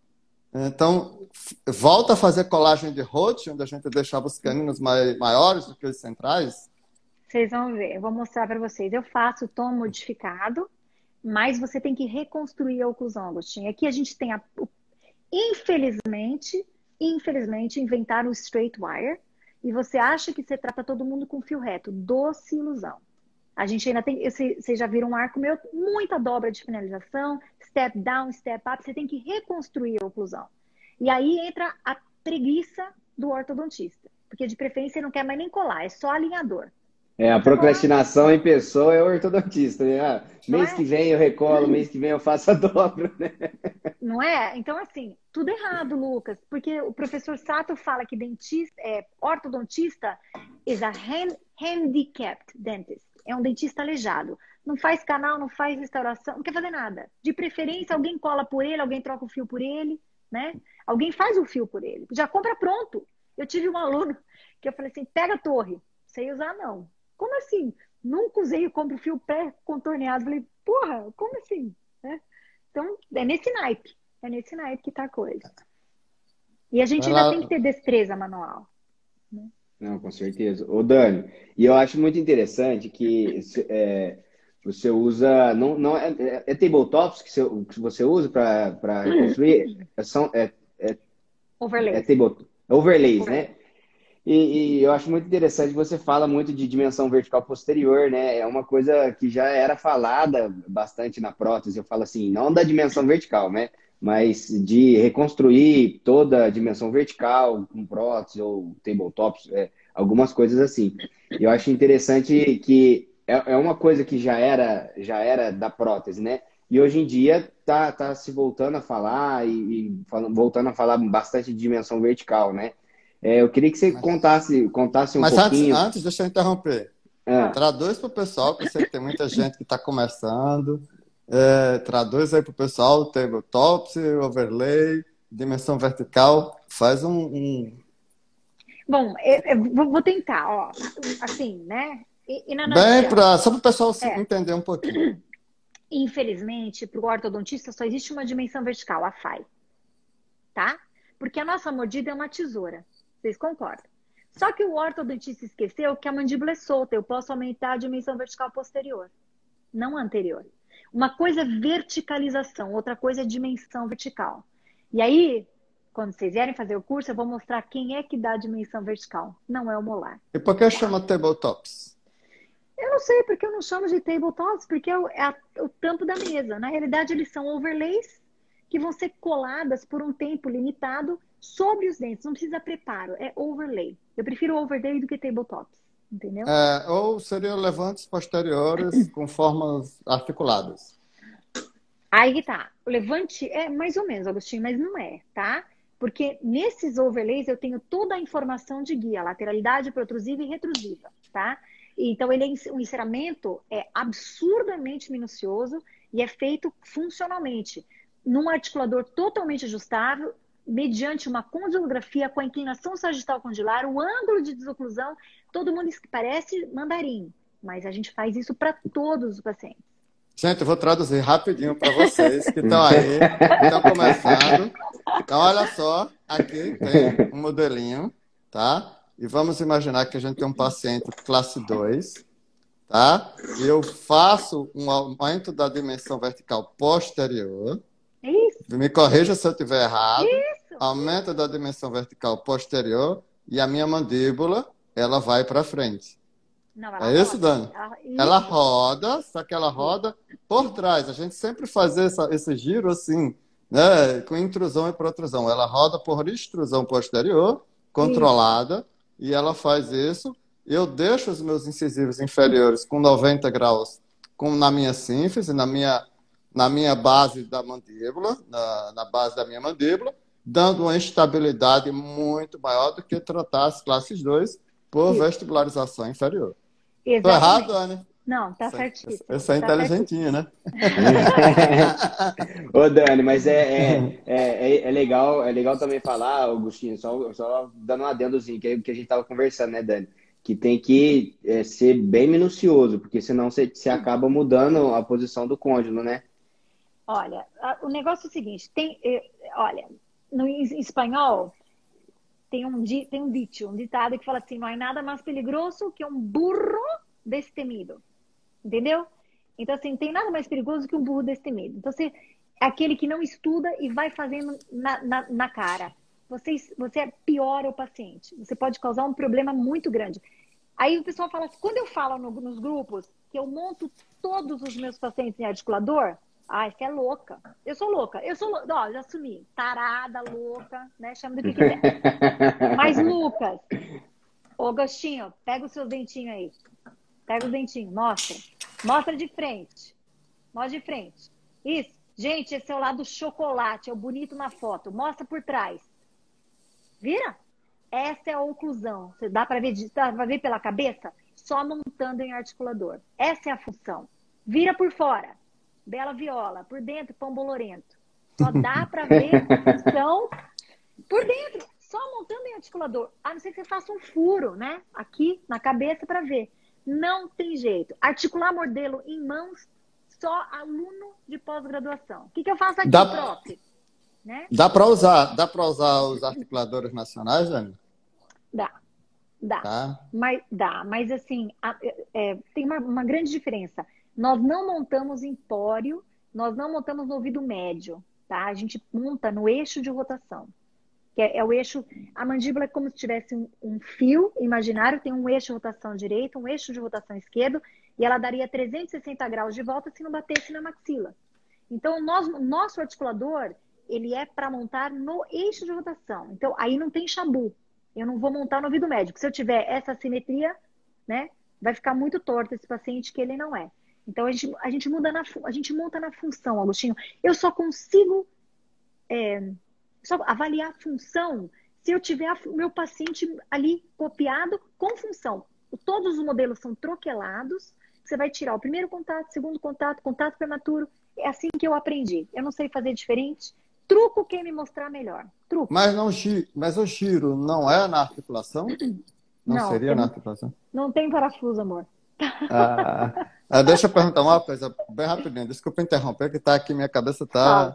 Então, volta a fazer colagem de Roth, onde a gente deixava os caninos mai, maiores do que os centrais. Vocês vão ver, eu vou mostrar para vocês. Eu faço o tom modificado, mas você tem que reconstruir a oclusão, Agostinho. Aqui a gente tem, a, infelizmente, infelizmente, inventaram o straight wire, e você acha que você trata todo mundo com fio reto. Doce ilusão. A gente ainda tem, vocês já viram um arco meu, muita dobra de finalização, step down, step up, você tem que reconstruir a oclusão. E aí entra a preguiça do ortodontista, porque de preferência ele não quer mais nem colar, é só alinhador. É, a procrastinação em pessoa é o ortodontista, né? Ah, mês é? que vem eu recolo, mês que vem eu faço a dobra, né? Não é? Então, assim, tudo errado, Lucas, porque o professor Sato fala que dentista, é, ortodontista is a hand, handicapped dentist. É um dentista aleijado. Não faz canal, não faz restauração, não quer fazer nada. De preferência, alguém cola por ele, alguém troca o fio por ele, né? Alguém faz o fio por ele. Já compra pronto. Eu tive um aluno que eu falei assim, pega a torre. Sei usar, não. Como assim? Nunca usei e compro fio pré-contorneado. Falei, porra, como assim? Né? Então, é nesse naipe. É nesse naipe que tá a coisa. E a gente ainda tem que ter destreza manual. Né? Não, com certeza. Ô, Dani, e eu acho muito interessante que é, você usa... Não, não, é, é, é tabletops que você, que você usa para reconstruir? É, são, é, é, overlays. É table, overlays, né? E, e eu acho muito interessante que você fala muito de dimensão vertical posterior, né? É uma coisa que já era falada bastante na prótese. Eu falo assim, não da dimensão vertical, né? Mas de reconstruir toda a dimensão vertical com prótese ou tabletops, é, algumas coisas assim. E eu acho interessante que é, é uma coisa que já era, já era da prótese, né? E hoje em dia tá, tá se voltando a falar e, e falando, voltando a falar bastante de dimensão vertical, né? É, eu queria que você contasse, contasse um Mas pouquinho. Mas antes, antes, deixa eu interromper. Ah. Traduz para o pessoal, que eu sei que tem muita gente que está começando. É, traduz aí para o pessoal o tabletops, overlay, dimensão vertical. Faz um... um... Bom, eu, eu vou tentar, ó. Assim, né? E, e na Bem, pra, só para o pessoal é. entender um pouquinho. Infelizmente, para o ortodontista só existe uma dimensão vertical, a F A I. Tá? Porque a nossa mordida é uma tesoura. Vocês concordam? Só que o ortodontista esqueceu que a mandíbula é solta. Eu posso aumentar a dimensão vertical posterior, não anterior. Uma coisa é verticalização, outra coisa é dimensão vertical. E aí, quando vocês vierem fazer o curso, eu vou mostrar quem é que dá a dimensão vertical. Não é o molar. E por que chama tabletops? Eu não sei porque eu não chamo de tabletops, porque é o, é a, o tampo da mesa. Na realidade, eles são overlays que vão ser coladas por um tempo limitado sobre os dentes. Não precisa preparo, é overlay. Eu prefiro overlay do que tabletops. entendeu? É, ou seriam levantes posteriores com formas articuladas. Aí que tá. O levante é mais ou menos, Agostinho, mas não é, tá? Porque nesses overlays eu tenho toda a informação de guia, lateralidade, protrusiva e retrusiva, tá? Então, ele é, o enceramento é absurdamente minucioso e é feito funcionalmente num articulador totalmente ajustável, mediante uma condilografia com a inclinação sagital condilar, o ângulo de desoclusão, todo mundo parece mandarim, mas a gente faz isso para todos os pacientes. Gente, eu vou traduzir rapidinho para vocês que estão aí, que estão começando. Então, olha só, aqui tem um modelinho, tá? E vamos imaginar que a gente tem um paciente classe dois, tá? E eu faço um aumento da dimensão vertical posterior. Isso. Me corrija se eu estiver errado. Isso. Aumento da dimensão vertical posterior e a minha mandíbula, ela vai para frente. Não, É isso, Dani? Ela, ela roda, só que ela roda por trás. A gente sempre faz essa, esse giro assim, né? Com intrusão e protrusão. Ela roda por extrusão posterior, controlada, isso. E ela faz isso. Eu deixo os meus incisivos inferiores com noventa graus com, na minha sínfise, na minha, na minha base da mandíbula, na, na base da minha mandíbula, dando uma estabilidade muito maior do que tratar as classes dois por isso. Vestibularização inferior. Estou errado, Dani? Não, tá certinho. Essa é tá inteligentinha, né? Ô, Dani, mas é, é, é, é, legal, é legal também falar, Augustinho, só, só dando um adendozinho, que é o que a gente estava conversando, né, Dani? Que tem que é, ser bem minucioso, porque senão você, você acaba mudando a posição do côndilo, né? Olha, o negócio é o seguinte, tem, olha, no, em espanhol... Tem um, tem um dito, um ditado que fala assim, não há nada mais perigoso que um burro destemido. Entendeu? Então, assim, não tem nada mais perigoso que um burro destemido. Então, você é aquele que não estuda e vai fazendo na, na, na cara. Você, você piora o paciente. Você pode causar um problema muito grande. Aí o pessoal fala assim, quando eu falo no, nos grupos que eu monto todos os meus pacientes em articulador, ah, você é louca. Eu sou louca. Eu sou louca. Ó, já assumi. Tarada, louca, né? Chama do que quiser. Mas, Lucas, ô Agostinho, pega os seus dentinhos aí. Pega os dentinhos, mostra. Mostra de frente. Mostra de frente. Isso. Gente, esse é o lado chocolate, é o bonito na foto. Mostra por trás. Vira? Essa é a oclusão. Você dá para ver, dá pra ver pela cabeça? Só montando em articulador. Essa é a função. Vira por fora. Bela viola, por dentro, pão bolorento. Só dá para ver a função por dentro, só montando em articulador. A não ser que você faça um furo, né? Aqui na cabeça para ver. Não tem jeito. Articular modelo em mãos, só aluno de pós-graduação. O que, que eu faço aqui, dá, prof? Né? Dá para usar, dá para usar os articuladores nacionais, Dani? Dá, dá. Tá. Mas, dá, mas assim, a, é, tem uma, uma grande diferença. Nós não montamos em pório, nós não montamos no ouvido médio, tá? A gente monta no eixo de rotação, que é, é o eixo... A mandíbula é como se tivesse um, um fio imaginário, tem um eixo de rotação direito, um eixo de rotação esquerdo, e ela daria trezentos e sessenta graus de volta se não batesse na maxila. Então, o nosso, nosso articulador, ele é para montar no eixo de rotação. Então, aí não tem chabu. Eu não vou montar no ouvido médio. Se eu tiver essa simetria, né, vai ficar muito torto esse paciente que ele não é. Então, a gente, a gente, muda na, a gente monta na função, Agostinho. Eu só consigo é, só avaliar a função se eu tiver o meu paciente ali copiado com função. Todos os modelos são troquelados. Você vai tirar o primeiro contato, segundo contato, contato prematuro. É assim que eu aprendi. Eu não sei fazer diferente. Truco quem me mostrar melhor. Truco. Mas, não, mas o giro não é na articulação? Não, não seria na articulação? Não tem parafuso, amor. Ah, ah, deixa eu perguntar uma coisa bem rapidinho. Desculpa interromper, que tá aqui, minha cabeça tá...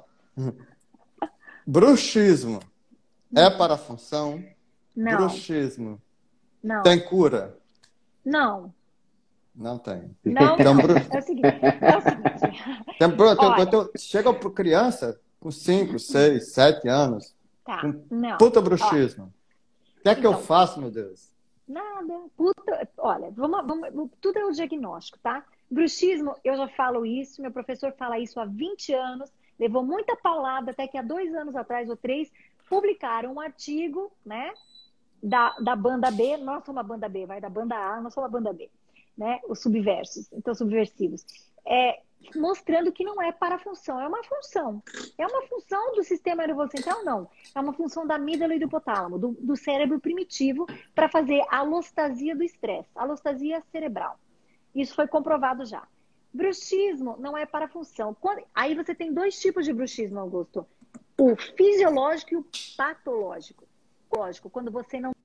Ah. Bruxismo é para função? Não. Bruxismo não. Tem cura? Não. Não tem. Não, então, não. Bru... É o seguinte. É o seguinte. Tem, então, chega para criança com cinco, seis, sete anos, tá. com não. puta bruxismo. O que é que então, eu faço, meu Deus? Nada. Puta, olha, vamos, vamos, tudo é o diagnóstico, tá? Bruxismo, eu já falo isso, meu professor fala isso há vinte anos, levou muita paulada, até que há dois anos atrás ou três, publicaram um artigo, né? da, da banda B, nós somos a banda B, vai da banda A, nós somos a banda B, né? Os subversos, então subversivos. É, mostrando que não é para a função, é uma função. É uma função do sistema nervoso central, não. É uma função da amígdala e do hipotálamo, do, do cérebro primitivo, para fazer a alostasia do estresse, alostasia cerebral. Isso foi comprovado já. Bruxismo não é para a função. Quando, aí você tem dois tipos de bruxismo, Augusto. O fisiológico e o patológico. Lógico, quando você não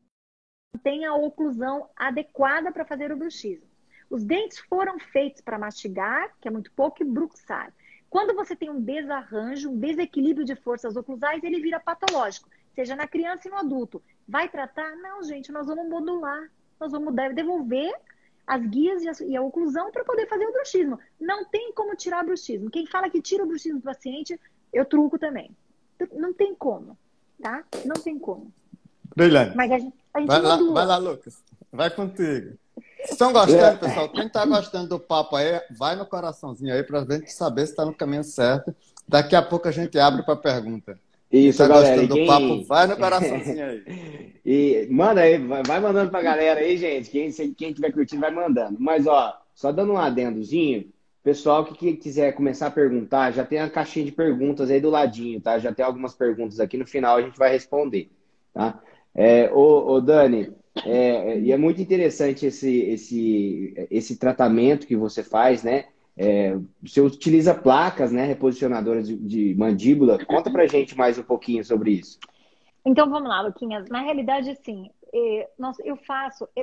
tem a oclusão adequada para fazer o bruxismo. Os dentes foram feitos para mastigar, que é muito pouco, e bruxar. Quando você tem um desarranjo, um desequilíbrio de forças oclusais, ele vira patológico, seja na criança e no adulto. Vai tratar? Não, gente, nós vamos modular. Nós vamos devolver as guias e a oclusão para poder fazer o bruxismo. Não tem como tirar o bruxismo. Quem fala que tira o bruxismo do paciente, eu truco também. Não tem como, tá? Não tem como. Brilhante. Mas a gente, a gente vai, lá, modula. vai lá, Lucas. Vai contigo. Estão gostando, pessoal? Quem está gostando do papo aí, vai no coraçãozinho aí para a gente saber se está no caminho certo. Daqui a pouco a gente abre para pergunta. Isso, quem tá galera. gostando quem... do papo, vai no coraçãozinho aí. E manda aí, vai mandando pra galera aí, gente. Quem, quem tiver curtindo, vai mandando. Mas, ó, só dando um adendozinho, pessoal que, que quiser começar a perguntar, já tem a caixinha de perguntas aí do ladinho, tá? Já tem algumas perguntas aqui, no final a gente vai responder, tá? É, ô, ô Dani, é, e é muito interessante esse, esse, esse tratamento que você faz, né? É, você utiliza placas, né, reposicionadoras de, de mandíbula. Conta pra gente mais um pouquinho sobre isso. Então vamos lá, Luquinhas. Na realidade, assim, é, nossa, eu faço. É,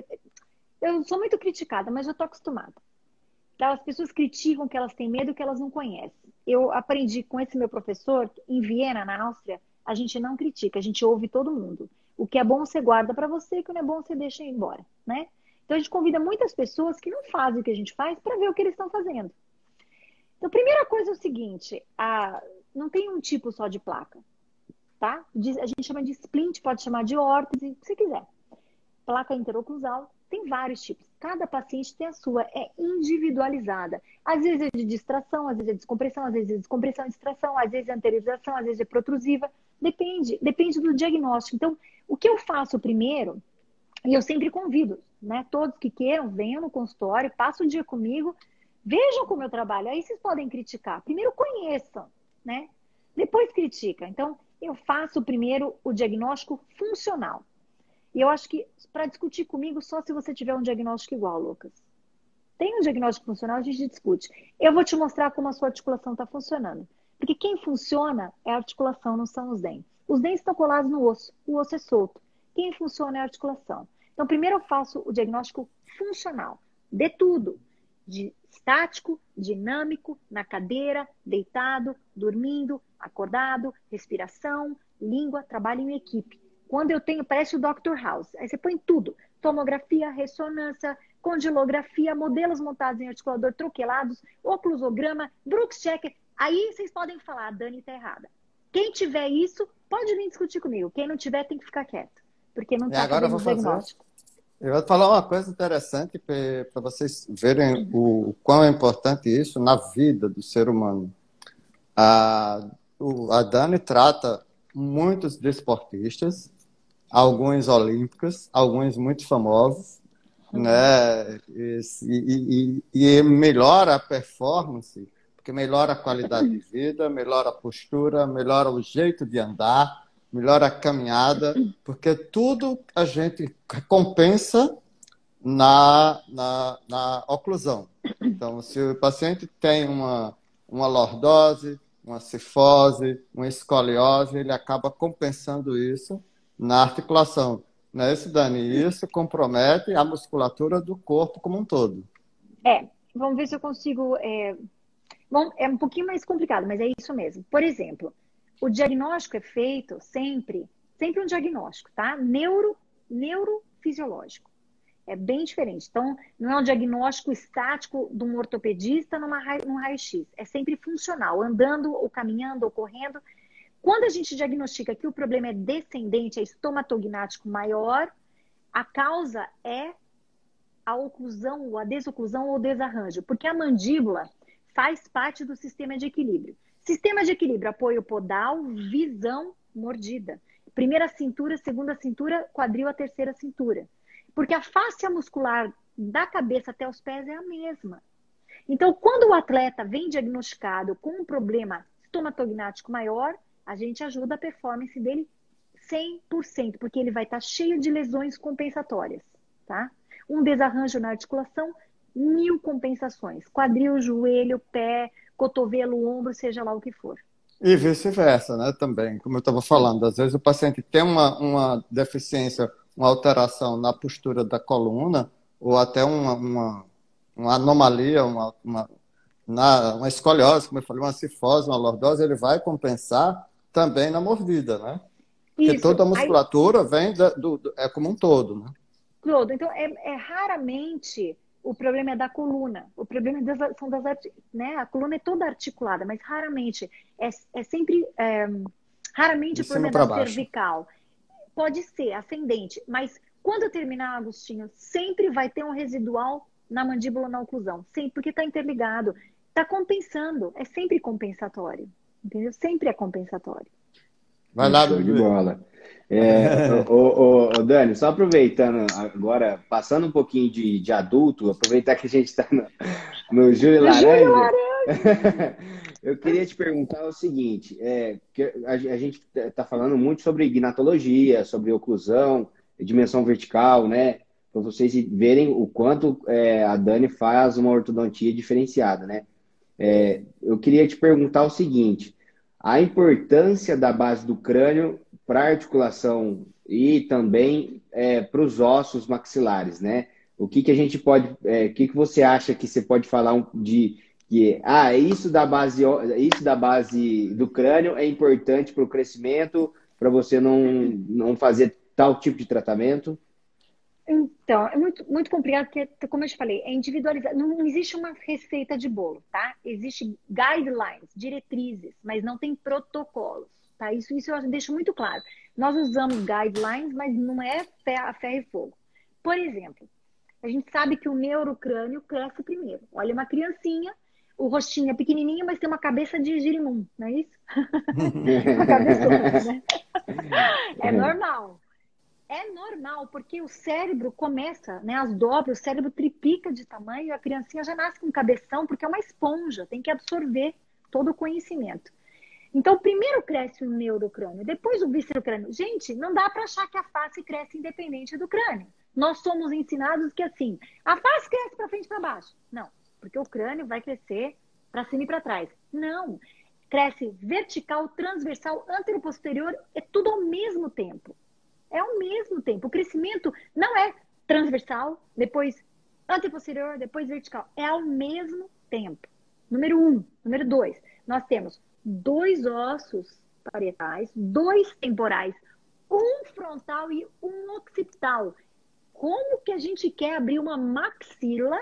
eu sou muito criticada, mas eu tô acostumada. Então, as pessoas criticam que elas têm medo que elas não conhecem. Eu aprendi com esse meu professor, em Viena, na Áustria, a gente não critica, a gente ouve todo mundo. O que é bom você guarda para você, o que não é bom você deixa ir embora, né? Então a gente convida muitas pessoas que não fazem o que a gente faz para ver o que eles estão fazendo. Então, a primeira coisa é o seguinte, a... não tem um tipo só de placa, tá? A gente chama de splint, pode chamar de órtese, se quiser. Placa interoclusal, tem vários tipos. Cada paciente tem a sua, é individualizada. Às vezes é de distração, às vezes é descompressão, às vezes é descompressão e distração, às vezes é anteriorização, às vezes é protrusiva. Depende, depende do diagnóstico. Então, o que eu faço primeiro, e eu sempre convido, né? Todos que queiram, venham no consultório, passem o dia comigo, vejam como eu trabalho. Aí vocês podem criticar. Primeiro conheçam, né? Depois critica. Então, eu faço primeiro o diagnóstico funcional. E eu acho que para discutir comigo, só se você tiver um diagnóstico igual, Lucas. Tem um diagnóstico funcional, a gente discute. Eu vou te mostrar como a sua articulação está funcionando. Porque quem funciona é a articulação, não são os dentes. Os dentes estão colados no osso, o osso é solto. Quem funciona é a articulação. Então, primeiro eu faço o diagnóstico funcional. De tudo. De estático, dinâmico, na cadeira, deitado, dormindo, acordado, respiração, língua, trabalho em equipe. Quando eu tenho, parece o doutor House. Aí você põe tudo. Tomografia, ressonância, condilografia, modelos montados em articulador troquelados, oclusograma, Brooks Checker. Aí vocês podem falar, a Dani tá errada. Quem tiver isso, pode vir discutir comigo. Quem não tiver, tem que ficar quieto. Porque não está fazendo diagnóstico. Eu vou falar uma coisa interessante para vocês verem o quão é importante isso na vida do ser humano. A, o, a Dani trata muitos desportistas, alguns olímpicos, alguns muito famosos, uhum. né? E, e, e, e melhora a performance, porque melhora a qualidade de vida, melhora a postura, melhora o jeito de andar, melhora a caminhada, porque tudo a gente compensa na, na, na oclusão. Então, se o paciente tem uma, uma lordose, uma cifose, uma escoliose, ele acaba compensando isso na articulação. Não é isso, Dani? Isso compromete a musculatura do corpo como um todo. É, vamos ver se eu consigo... É... Bom, é um pouquinho mais complicado, mas é isso mesmo. Por exemplo, o diagnóstico é feito sempre, sempre um diagnóstico, tá? Neuro, neurofisiológico. É bem diferente. Então, não é um diagnóstico estático de um ortopedista numa, num raio-x. É sempre funcional, andando ou caminhando ou correndo. Quando a gente diagnostica que o problema é descendente, é estomatognático maior, a causa é a oclusão, a desoclusão ou desarranjo. Porque a mandíbula faz parte do sistema de equilíbrio. Sistema de equilíbrio, apoio podal, visão, mordida. Primeira cintura, segunda cintura, quadril, a terceira cintura. Porque a fáscia muscular da cabeça até os pés é a mesma. Então, quando o atleta vem diagnosticado com um problema estomatognático maior, a gente ajuda a performance dele cem por cento, porque ele vai estar cheio de lesões compensatórias, tá? Um desarranjo na articulação, mil compensações. Quadril, joelho, pé, cotovelo, ombro, seja lá o que for. E vice-versa, né? Também, como eu estava falando, às vezes o paciente tem uma, uma deficiência, uma alteração na postura da coluna, ou até uma, uma, uma anomalia, uma, uma, na, uma escoliose, como eu falei, uma cifose, uma lordose, ele vai compensar também na mordida, né? Porque Isso. toda a Aí, musculatura vem da- do, do- é como um todo, né? Clodo, então é, é raramente o problema é da coluna. O problema é das, são das arti- né? A coluna é toda articulada, mas raramente é, é sempre é, raramente De o cima problema é para da baixo. cervical. Pode ser ascendente, mas quando terminar, Agostinho, sempre vai ter um residual na mandíbula, na oclusão, sempre, porque está interligado, está compensando, é sempre compensatório, entendeu? Sempre é compensatório. Vai lá, Show de Dudu. bola. É, ô, ô, ô, Dani, só aproveitando agora, passando um pouquinho de, de adulto, aproveitar que a gente está no, no Júlio No Júlio Laranja, Laranja! eu queria te perguntar o seguinte, é, que a, a gente está falando muito sobre gnatologia, sobre oclusão, dimensão vertical, né? Para vocês verem o quanto é, a Dani faz uma ortodontia diferenciada, né? É, eu queria te perguntar o seguinte: a importância da base do crânio para a articulação e também é, para os ossos maxilares, né? O que que a gente pode, é, o que que você acha que você pode falar um- de que ah, isso da base, isso da base do crânio é importante para o crescimento, para você não, não fazer tal tipo de tratamento? Então, é muito, muito complicado, porque, como eu te falei, é individualizado. Não, não existe uma receita de bolo, tá? Existem guidelines, diretrizes, mas não tem protocolos, tá? Isso, isso eu deixo muito claro. Nós usamos guidelines, mas não é fé- a ferro e fogo. Por exemplo, a gente sabe que o neurocrânio cresce primeiro. Olha uma criancinha, o rostinho é pequenininho, mas tem uma cabeça de girimum, não é isso? Uma cabeçona, né? É normal. É normal, porque o cérebro começa, né, as dobras, o cérebro triplica de tamanho e a criancinha já nasce com cabeção, porque é uma esponja, tem que absorver todo o conhecimento. Então, primeiro cresce o neurocrânio, depois o viscerocrânio. Gente, não dá para achar que a face cresce independente do crânio. Nós somos ensinados que assim, a face cresce para frente e para baixo. Não, porque o crânio vai crescer para cima e para trás. Não, cresce vertical, transversal, anteroposterior, é tudo ao mesmo tempo. É ao mesmo tempo. O crescimento não é transversal, depois anteposterior, depois vertical. É ao mesmo tempo. Número um. Número dois. Nós temos dois ossos parietais, dois temporais, um frontal e um occipital. Como que a gente quer abrir uma maxila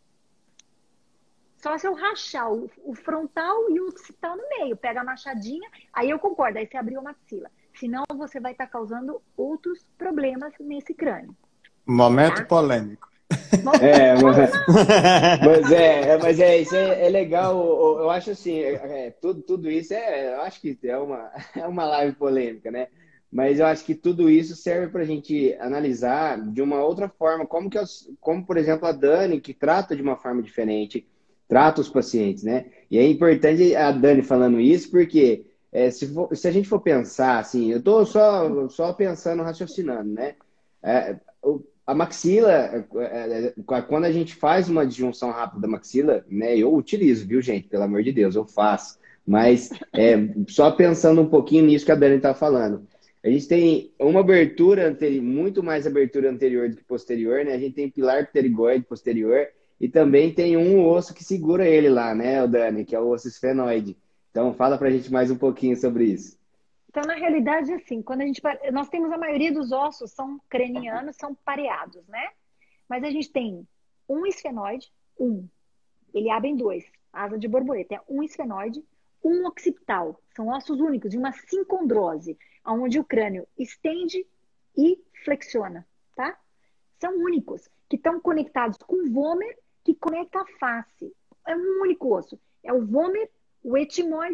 só se eu rachar o, o frontal e o occipital no meio? Pega a machadinha, aí eu concordo, aí você abriu a maxila. Senão você vai estar causando outros problemas nesse crânio. Momento Tá? polêmico. É, mas, mas é, mas é, isso é, é legal. Eu, eu acho assim, é, é, tudo, tudo isso é, eu acho que é uma, é uma live polêmica, né? Mas eu acho que tudo isso serve para a gente analisar de uma outra forma, como que, os, como por exemplo a Dani, que trata de uma forma diferente, trata os pacientes, né? E é importante a Dani falando isso, porque é, se, for, se a gente for pensar assim, eu estou só, só pensando, raciocinando, né? É, o- a maxila, é, é, é, quando a gente faz uma disjunção rápida da maxila, né? Eu utilizo, viu, gente? Pelo amor de Deus, eu faço. Mas é, só pensando um pouquinho nisso que a Dani está falando. A gente tem uma abertura anterior, muito mais abertura anterior do que posterior, né? A gente tem pilar pterigoide posterior e também tem um osso que segura ele lá, né, o Dani, que é o osso esfenoide. Então, fala pra gente mais um pouquinho sobre isso. Então, na realidade, assim, quando a gente. Nós temos a maioria dos ossos são cranianos, são pareados, né? Mas a gente tem um esfenoide, um. Ele abre em dois. Asa de borboleta. É um esfenoide, um occipital. São ossos únicos, de uma sincondrose, onde o crânio estende e flexiona, tá? São únicos, que estão conectados com o vômer, que conecta a face. É um único osso. É o vômer, o etimoide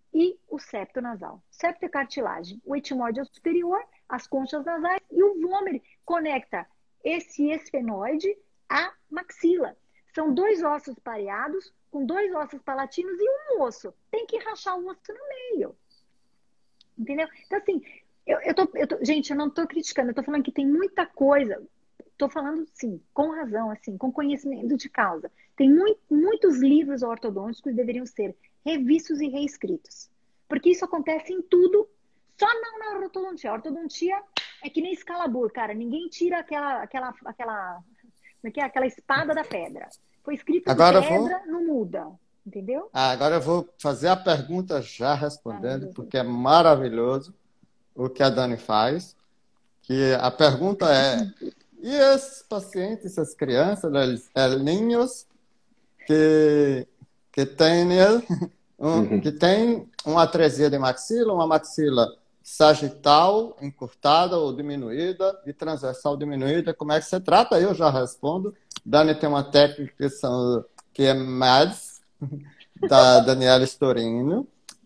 e o septo nasal. Septo é cartilagem. O etmóide é o superior, as conchas nasais, e o vômer conecta esse esfenoide à maxila. São dois ossos pareados, com dois ossos palatinos e um osso. Tem que rachar o osso no meio. Entendeu? Então, assim, eu, eu, tô, eu tô, gente, eu não estou criticando, eu estou falando que tem muita coisa. Estou falando, sim, com razão, assim, com conhecimento de causa. Tem muito, muitos livros ortodônticos que deveriam ser revistos e reescritos. Porque isso acontece em tudo, só não na ortodontia. A ortodontia é que nem Excalibur, cara. Ninguém tira aquela, aquela, aquela, como é que é? Aquela espada da pedra. Foi escrito em Agora eu vou... pedra, não muda. Entendeu? Ah, agora eu vou fazer a pergunta já respondendo, Ah, porque é maravilhoso o que a Dani faz. Que a pergunta é: e esses pacientes, essas crianças, eles, eles niños que, que têm um, que tem uma atresia de maxila, uma maxila sagital encurtada ou diminuída e transversal diminuída, como é que você trata? Eu já respondo. Dani tem uma técnica que, são, que é M A D S, da Daniela Storino,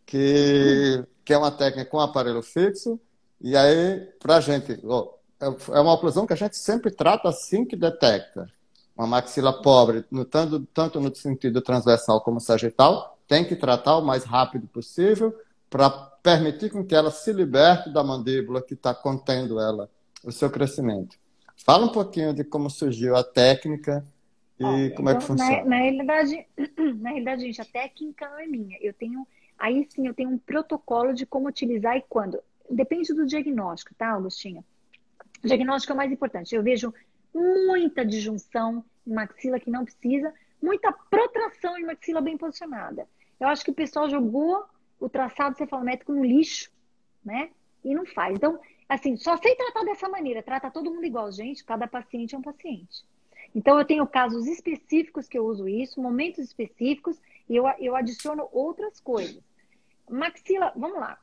que, que é uma técnica com aparelho fixo. E aí, para a gente, ó, é uma oclusão que a gente sempre trata assim que detecta. Uma maxila pobre, no, tanto, tanto no sentido transversal como sagital, tem que tratar o mais rápido possível para permitir com que ela se liberte da mandíbula que está contendo ela, o seu crescimento. Fala um pouquinho de como surgiu a técnica e Olha, como é que então, na, funciona. na realidade, na realidade, gente, a técnica não é minha. Eu tenho, aí sim, eu tenho um protocolo de como utilizar e quando. Depende do diagnóstico, tá, Augustinha? O diagnóstico é o mais importante. Eu vejo muita disjunção em maxila que não precisa, muita protração em maxila bem posicionada. Eu acho que o pessoal jogou o traçado cefalométrico no lixo, né? E não faz. Então, assim, só sei tratar dessa maneira. Trata todo mundo igual, gente. Cada paciente é um paciente. Então, eu tenho casos específicos que eu uso isso, momentos específicos, e eu, eu adiciono outras coisas. Maxila, vamos lá.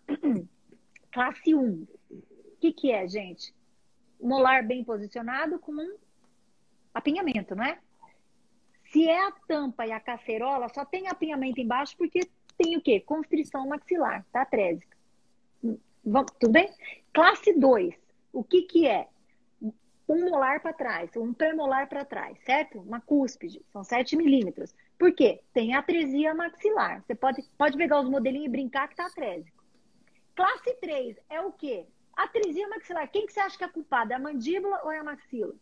Classe um. O que, que é, gente? Molar bem posicionado com um apinhamento, não é? Se é a tampa e a cacerola, só tem apinhamento embaixo porque tem o quê? Constrição maxilar, tá, trésica. Vamos, tudo bem? Classe dois. O que, que é? Um molar para trás, um premolar para trás, certo? Uma cúspide, são sete milímetros. Por quê? Tem atresia maxilar. Você pode, pode pegar os modelinhos e brincar que tá atrésico. Classe três é o quê? Atresia maxilar. Quem que você acha que é culpado? É a mandíbula ou é a maxila?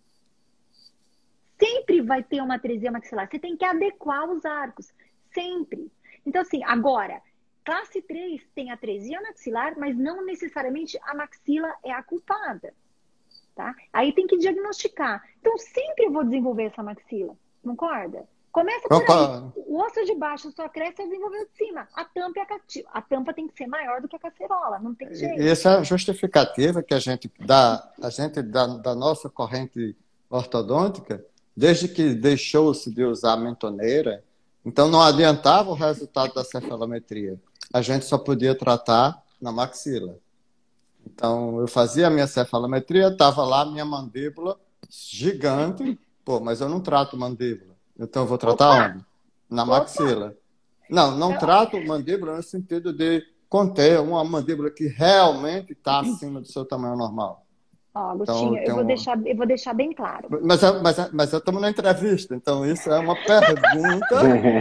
Sempre vai ter uma atresia maxilar. Você tem que adequar os arcos. Sempre. Então, assim, agora, classe três tem atresia maxilar, mas não necessariamente a maxila é a culpada. Tá? Aí tem que diagnosticar. Então, sempre eu vou desenvolver essa maxila. Concorda? Começa por aí. O osso de baixo só cresce ao desenvolver o de cima. A tampa, é a, cati... a tampa tem que ser maior do que a cacerola. Não tem jeito. E essa é a justificativa que a gente dá, a gente dá da nossa corrente ortodôntica, desde que deixou-se de usar a mentoneira, então não adiantava o resultado da cefalometria. A gente só podia tratar na maxila. Então, eu fazia a minha cefalometria, estava lá a minha mandíbula gigante, pô, mas eu não trato mandíbula. Então, eu vou tratar Opa! onde? Na Opa! maxila. Não, não Eu... trato mandíbula no sentido de conter uma mandíbula que realmente está acima do seu tamanho normal. Ó, Agostinho, então, eu, vou um... deixar, eu vou deixar bem claro. Mas, mas, mas eu estamos na entrevista, então isso é uma pergunta.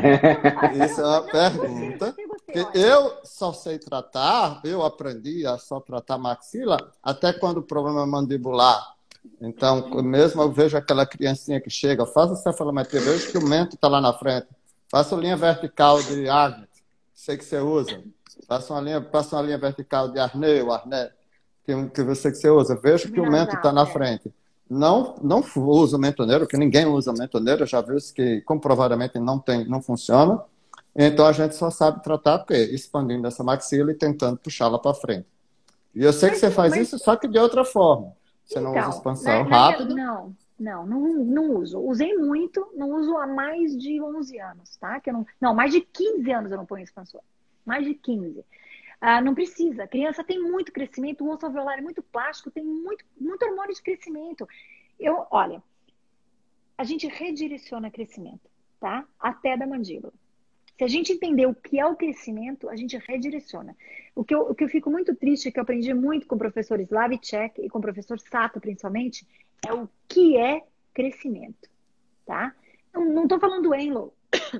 Isso é uma não, pergunta. Você, você, que eu só sei tratar, eu aprendi a só tratar maxila até quando o problema é mandibular. Então, mesmo eu vejo aquela criancinha que chega, faça cefalometria, vejo que o mento está lá na frente. Faça uma linha vertical de Arnett, sei que você usa. Faça uma linha, faça uma linha vertical de Arnett, ou Arnett. Que você que você usa, vejo que o mento está na frente. Não, não usa mentoneiro, porque ninguém usa mentoneiro, já viu que comprovadamente não, tem, não funciona. Então a gente só sabe tratar porque expandindo essa maxila e tentando puxá-la para frente. E eu sei mas, que você faz mas... isso, só que de outra forma. Você então, não usa expansão na, rápida? Na, não, não, não, não uso. Usei muito, não uso há mais de onze anos, tá? Que eu não, não, mais de quinze anos eu não ponho expansor. Mais de quinze. Ah, não precisa. A criança tem muito crescimento, o osso alveolar é muito plástico, tem muito, muito hormônio de crescimento. Eu, olha, a gente redireciona crescimento, tá? Até da mandíbula. Se a gente entender o que é o crescimento, a gente redireciona. O que eu, o que eu fico muito triste, que eu aprendi muito com o professor Slavicek e com o professor Sato, principalmente, é o que é crescimento, tá? Não estou falando do Enlow,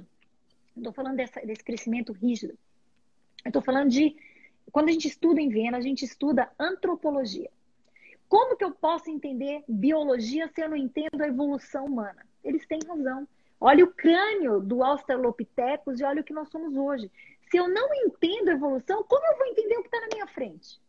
não estou falando dessa, desse crescimento rígido. Eu estou falando de, quando a gente estuda em Viena, a gente estuda antropologia. Como que eu posso entender biologia se eu não entendo a evolução humana? Eles têm razão. Olha o crânio do Australopithecus e olha o que nós somos hoje. Se eu não entendo a evolução, como eu vou entender o que está na minha frente?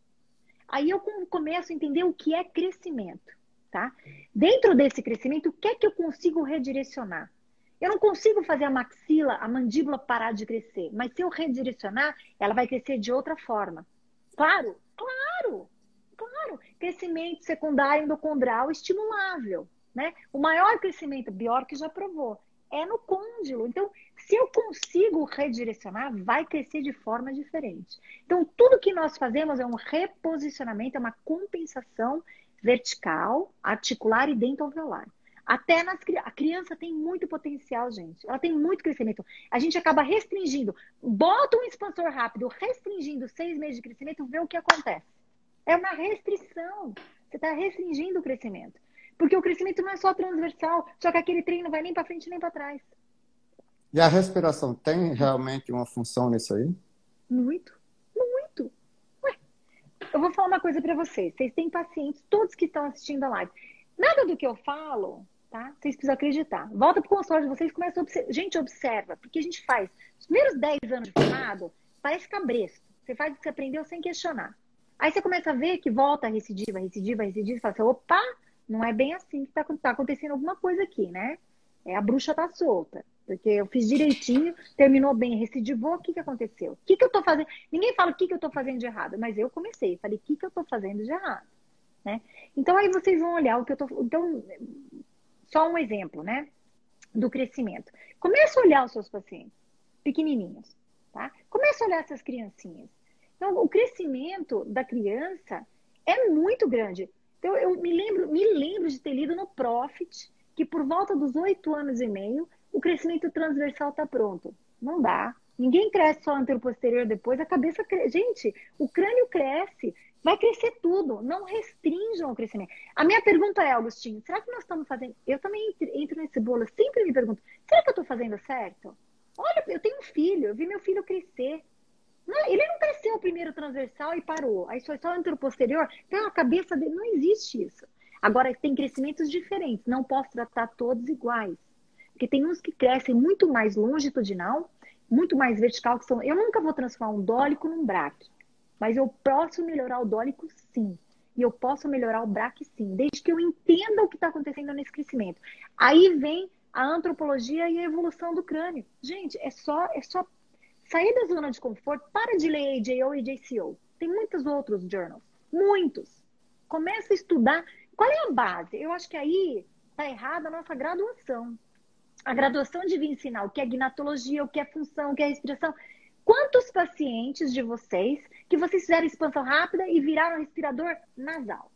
Aí eu começo a entender o que é crescimento, tá? Dentro desse crescimento, o que é que eu consigo redirecionar? Eu não consigo fazer a maxila, a mandíbula parar de crescer, mas se eu redirecionar, ela vai crescer de outra forma. Claro, claro, claro. Crescimento secundário endocondral estimulável, né? O maior crescimento, Bjork já provou, é no côndilo. Então, se eu consigo redirecionar, vai crescer de forma diferente. Então, tudo que nós fazemos é um reposicionamento, é uma compensação vertical, articular e dentoalveolar. Até nas a criança tem muito potencial, gente. Ela tem muito crescimento. A gente acaba restringindo. Bota um expansor rápido, restringindo seis meses de crescimento, vê o que acontece. É uma restrição. Você está restringindo o crescimento. Porque o crescimento não é só transversal, só que aquele trem não vai nem para frente nem para trás. E a respiração tem realmente uma função nisso aí? Muito, muito. Ué, eu vou falar uma coisa para vocês. Vocês têm pacientes, todos que estão assistindo a live. Nada do que eu falo, tá? Vocês precisam acreditar. Volta pro consultório de vocês e começa a observar. Gente, observa, porque a gente faz. Os primeiros dez anos de formado, parece cabresto. Você faz o que você aprendeu sem questionar. Aí você começa a ver que volta a recidiva, recidiva, recidiva, e fala assim, opa, não é bem assim que tá, tá acontecendo alguma coisa aqui, né? É, a bruxa tá solta. Porque eu fiz direitinho, terminou bem, recidivou, o que que aconteceu? O que que eu tô fazendo? Ninguém fala o que que eu tô fazendo de errado, mas eu comecei, falei, o que que eu tô fazendo de errado? Né? Então aí vocês vão olhar o que eu tô... Então, só um exemplo, né? Do crescimento. Comece a olhar os seus pacientes pequenininhos, tá? Comece a olhar essas criancinhas. Então, o crescimento da criança é muito grande. Então, eu me lembro, me lembro de ter lido no Profit que por volta dos oito anos e meio, o crescimento transversal está pronto. Não dá. Ninguém cresce só anteroposterior depois, a cabeça cresce. Gente, o crânio cresce, vai crescer tudo. Não restringam o crescimento. A minha pergunta é, Augustinho, será que nós estamos fazendo... Eu também entro nesse bolo, eu sempre me pergunto, será que eu estou fazendo certo? Olha, eu tenho um filho, eu vi meu filho crescer. Não, ele não cresceu o primeiro transversal e parou. Aí foi só o anteroposterior. Então, a cabeça dele, não existe isso. Agora, tem crescimentos diferentes. Não posso tratar todos iguais. Porque tem uns que crescem muito mais longitudinal, muito mais vertical. Que são... Eu nunca vou transformar um dólico num braque. Mas eu posso melhorar o dólico, sim. E eu posso melhorar o braque, sim. Desde que eu entenda o que está acontecendo nesse crescimento. Aí vem a antropologia e a evolução do crânio. Gente, é só... É só... sair da zona de conforto, para de ler A J O e J C O. Tem muitos outros journals. Muitos. Começa a estudar. Qual é a base? Eu acho que aí está errada a nossa graduação. A graduação devia ensinar o que é gnatologia, o que é função, o que é respiração. Quantos pacientes de vocês que vocês fizeram expansão rápida e viraram respirador nasal?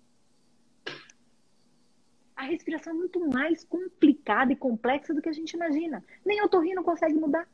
A respiração é muito mais complicada e complexa do que a gente imagina. Nem o otorrino consegue mudar.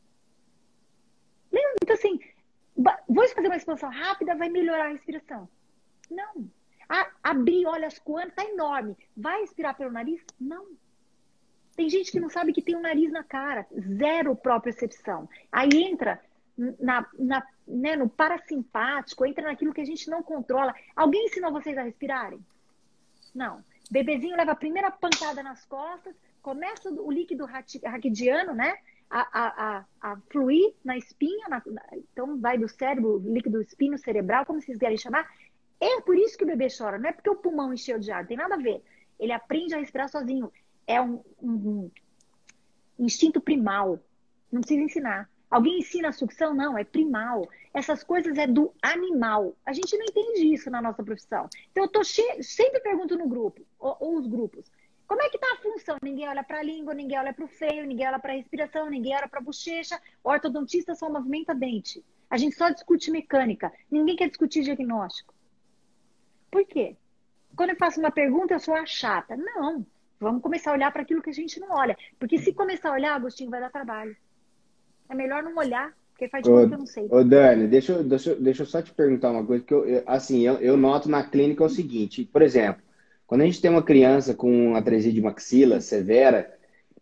Então, assim, vou fazer uma expansão rápida, vai melhorar a respiração. Não. Ah, abrir, olha, as coanas, tá enorme. Vai respirar pelo nariz? Não. Tem gente que não sabe que tem um nariz na cara. Zero propriocepção. Aí entra na, na, né, no parasimpático, entra naquilo que a gente não controla. Alguém ensinou vocês a respirarem? Não. Bebezinho leva a primeira pancada nas costas, começa o líquido raquidiano, né? A, a, a, a fluir na espinha, na, então vai do cérebro, líquido espino cerebral, como vocês querem chamar. É por isso que o bebê chora, não é porque o pulmão encheu de ar, tem nada a ver. Ele aprende a respirar sozinho. É um, um, um instinto primal. Não precisa ensinar. Alguém ensina a sucção? Não, é primal. Essas coisas é do animal. A gente não entende isso na nossa profissão. Então eu tô che... sempre pergunto no grupo, ou, ou os grupos, como é que tá a função? Ninguém olha para a língua, ninguém olha para o freio, ninguém olha para a respiração, ninguém olha para a bochecha. O ortodontista só movimenta dente. A gente só discute mecânica. Ninguém quer discutir diagnóstico. Por quê? Quando eu faço uma pergunta, eu sou a chata. Não. Vamos começar a olhar para aquilo que a gente não olha. Porque se começar a olhar, Agostinho, vai dar trabalho. É melhor não olhar, porque faz de Ô, conta que eu não sei. ô Dani, deixa, eu- deixa, eu- deixa eu só te perguntar uma coisa, que eu, eu- assim, eu, eu noto na clínica o seguinte, por exemplo, quando a gente tem uma criança com atresia de maxila severa,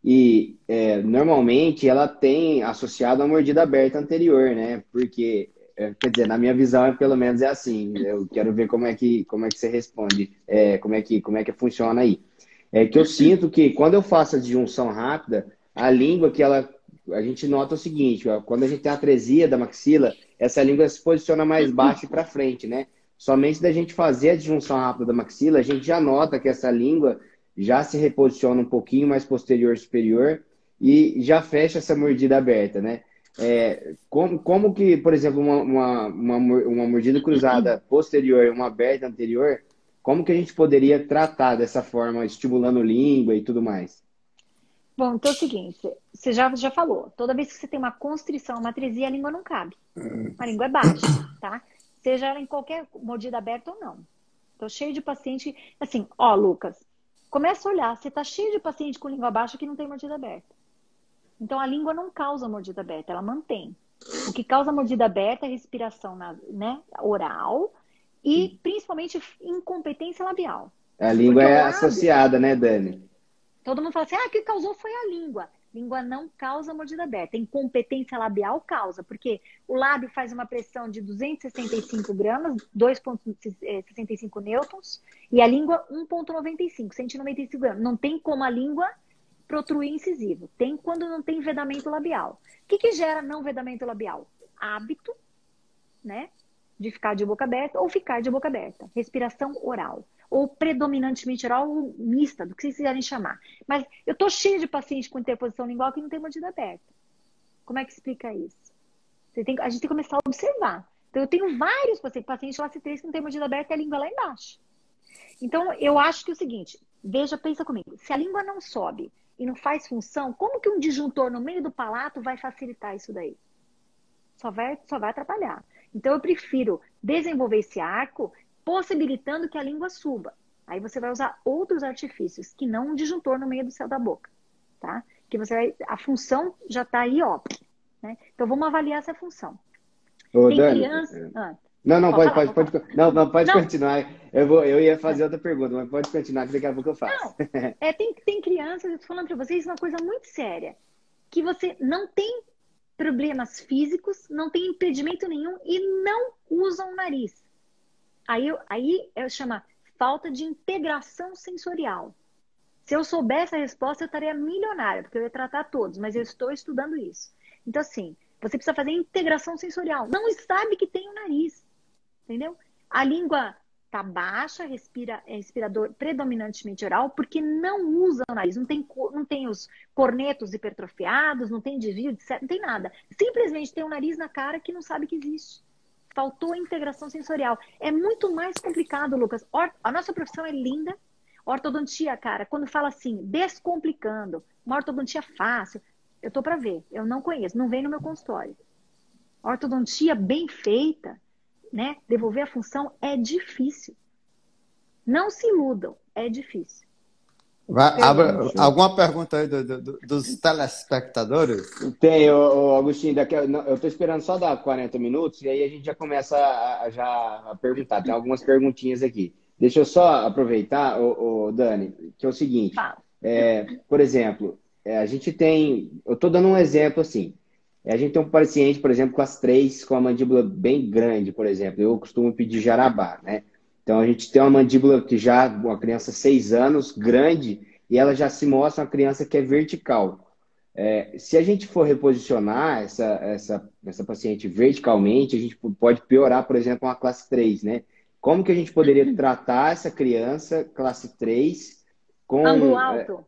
e é, normalmente ela tem associado a mordida aberta anterior, né? Porque, é, quer dizer, na minha visão, é, pelo menos é assim. Eu quero ver como é que, como é que você responde, é, como é que, como é que funciona aí. É que eu sinto que quando eu faço a disjunção rápida, a língua que ela, a gente nota o seguinte, ó, quando a gente tem a atresia da maxila, essa língua se posiciona mais baixo e para frente, né? Somente da gente fazer a disjunção rápida da maxila, a gente já nota que essa língua já se reposiciona um pouquinho mais posterior superior e já fecha essa mordida aberta, né? É, como, como que, por exemplo, uma, uma, uma, uma mordida cruzada posterior e uma aberta anterior, como que a gente poderia tratar dessa forma, estimulando língua e tudo mais? Bom, então é o seguinte, você já, já falou, toda vez que você tem uma constrição, uma atresia, a língua não cabe. A língua é baixa, tá? Seja ela em qualquer mordida aberta ou não. Tô cheio de paciente, assim, ó, Lucas, começa a olhar, você tá cheio de paciente com língua baixa que não tem mordida aberta. Então a língua não causa mordida aberta, ela mantém. O que causa mordida aberta é respiração na, né, oral e principalmente incompetência labial. A língua Porque o é lábio, associada, né, Dani? todo mundo fala assim, ah, o que causou foi a língua. Língua não causa mordida aberta. Incompetência labial causa, porque o lábio faz uma pressão de duzentos e sessenta e cinco gramas, dois vírgula sessenta e cinco nêutrons, e a língua um vírgula noventa e cinco, cento e noventa e cinco gramas. Não tem como a língua protruir incisivo. Tem quando não tem vedamento labial. O que, que gera não vedamento labial? Hábito, né? De ficar de boca aberta ou ficar de boca aberta. Respiração oral. Ou predominantemente oral ou mista, do que vocês quiserem chamar. Mas eu tô cheia de paciente com interposição lingual que não tem mordida aberta. Como é que explica isso? Você tem, a gente tem que começar a observar. Então, eu tenho vários pacientes, pacientes classe três que não tem mordida aberta e a língua lá embaixo. Então, eu acho que é o seguinte, veja, pensa comigo. Se a língua não sobe e não faz função, como que um disjuntor no meio do palato vai facilitar isso daí? Só vai, só vai atrapalhar. Então, eu prefiro desenvolver esse arco possibilitando que a língua suba. Aí você vai usar outros artifícios, que não um disjuntor no meio do céu da boca, tá? Que você vai, a função já está aí, ó. Né? Então, vamos avaliar essa função. Ô, Tem Dani, criança... Ah, não, não, pode pode, falar, pode, pode pode, não, não, pode não, continuar. Eu, vou, eu ia fazer outra pergunta, mas pode continuar, que daqui a pouco eu faço. não. É, tem, tem crianças, eu tô falando para vocês uma coisa muito séria, que você não tem problemas físicos, não tem impedimento nenhum e não usam o nariz. Aí, aí eu chamo falta de integração sensorial. Se eu soubesse a resposta, eu estaria milionária, porque eu ia tratar todos, mas eu estou estudando isso. Então, assim, você precisa fazer integração sensorial. Não sabe que tem o nariz, entendeu? A língua tá baixa, respira, é respirador predominantemente oral, porque não usa o nariz. Não tem, não tem os cornetos hipertrofiados, não tem desvio de seta, não tem nada. Simplesmente tem o nariz na cara que não sabe que existe. Faltou a integração sensorial. É muito mais complicado, Lucas. A nossa profissão é linda. Ortodontia, cara, quando fala assim, descomplicando, uma ortodontia fácil, eu tô para ver. Eu não conheço, não vem no meu consultório. Ortodontia bem feita, né? Devolver a função é difícil. Não se iludam, é difícil. Vai, abra, alguma pergunta aí do, do, dos telespectadores? Tem, ô, ô, Agostinho, daqui a, não, eu estou esperando só dar quarenta minutos e aí a gente já começa a, a, já a perguntar. Tem algumas perguntinhas aqui. Deixa eu só aproveitar, ô, ô, Dani, que é o seguinte. É, por exemplo, é, a gente tem... Eu estou dando um exemplo assim. A gente tem um paciente, por exemplo, classe três, com a mandíbula bem grande, por exemplo. Eu costumo pedir jarabá, né? Então, a gente tem uma mandíbula que já, uma criança de seis anos, grande, e ela já se mostra uma criança que é vertical. É, se a gente for reposicionar essa, essa, essa paciente verticalmente, a gente pode piorar, por exemplo, uma classe três, né? Como que a gente poderia tratar essa criança, classe três, com... ângulo alto?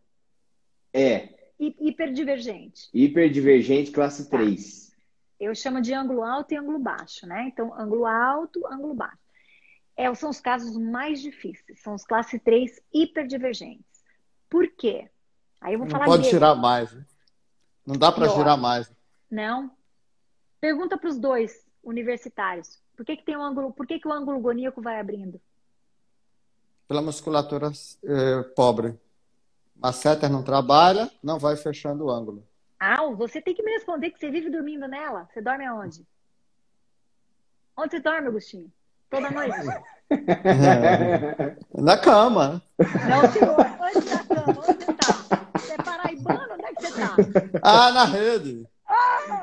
É. Hiperdivergente. Hiperdivergente, classe tá. três. Eu chamo de ângulo alto e ângulo baixo, né? Então, ângulo alto, ângulo baixo. É, são os casos mais difíceis. São os classe três hiperdivergentes. Por quê? Aí eu vou Não falar pode grego. girar mais. Né? Não dá para girar mais. Não. Pergunta para os dois universitários. Por que, que tem um ângulo? Por que, que o ângulo goníaco vai abrindo? Pela musculatura eh, pobre. Masseter não trabalha, não vai fechando o ângulo. Ah, você tem que me responder que você vive dormindo nela. Você dorme aonde? Onde você dorme, Agostinho? Toda noite? É, na cama. Não, senhor. Antes da cama, onde você tá? Você é paraibano? Onde é que você tá? Ah, na rede. Ah,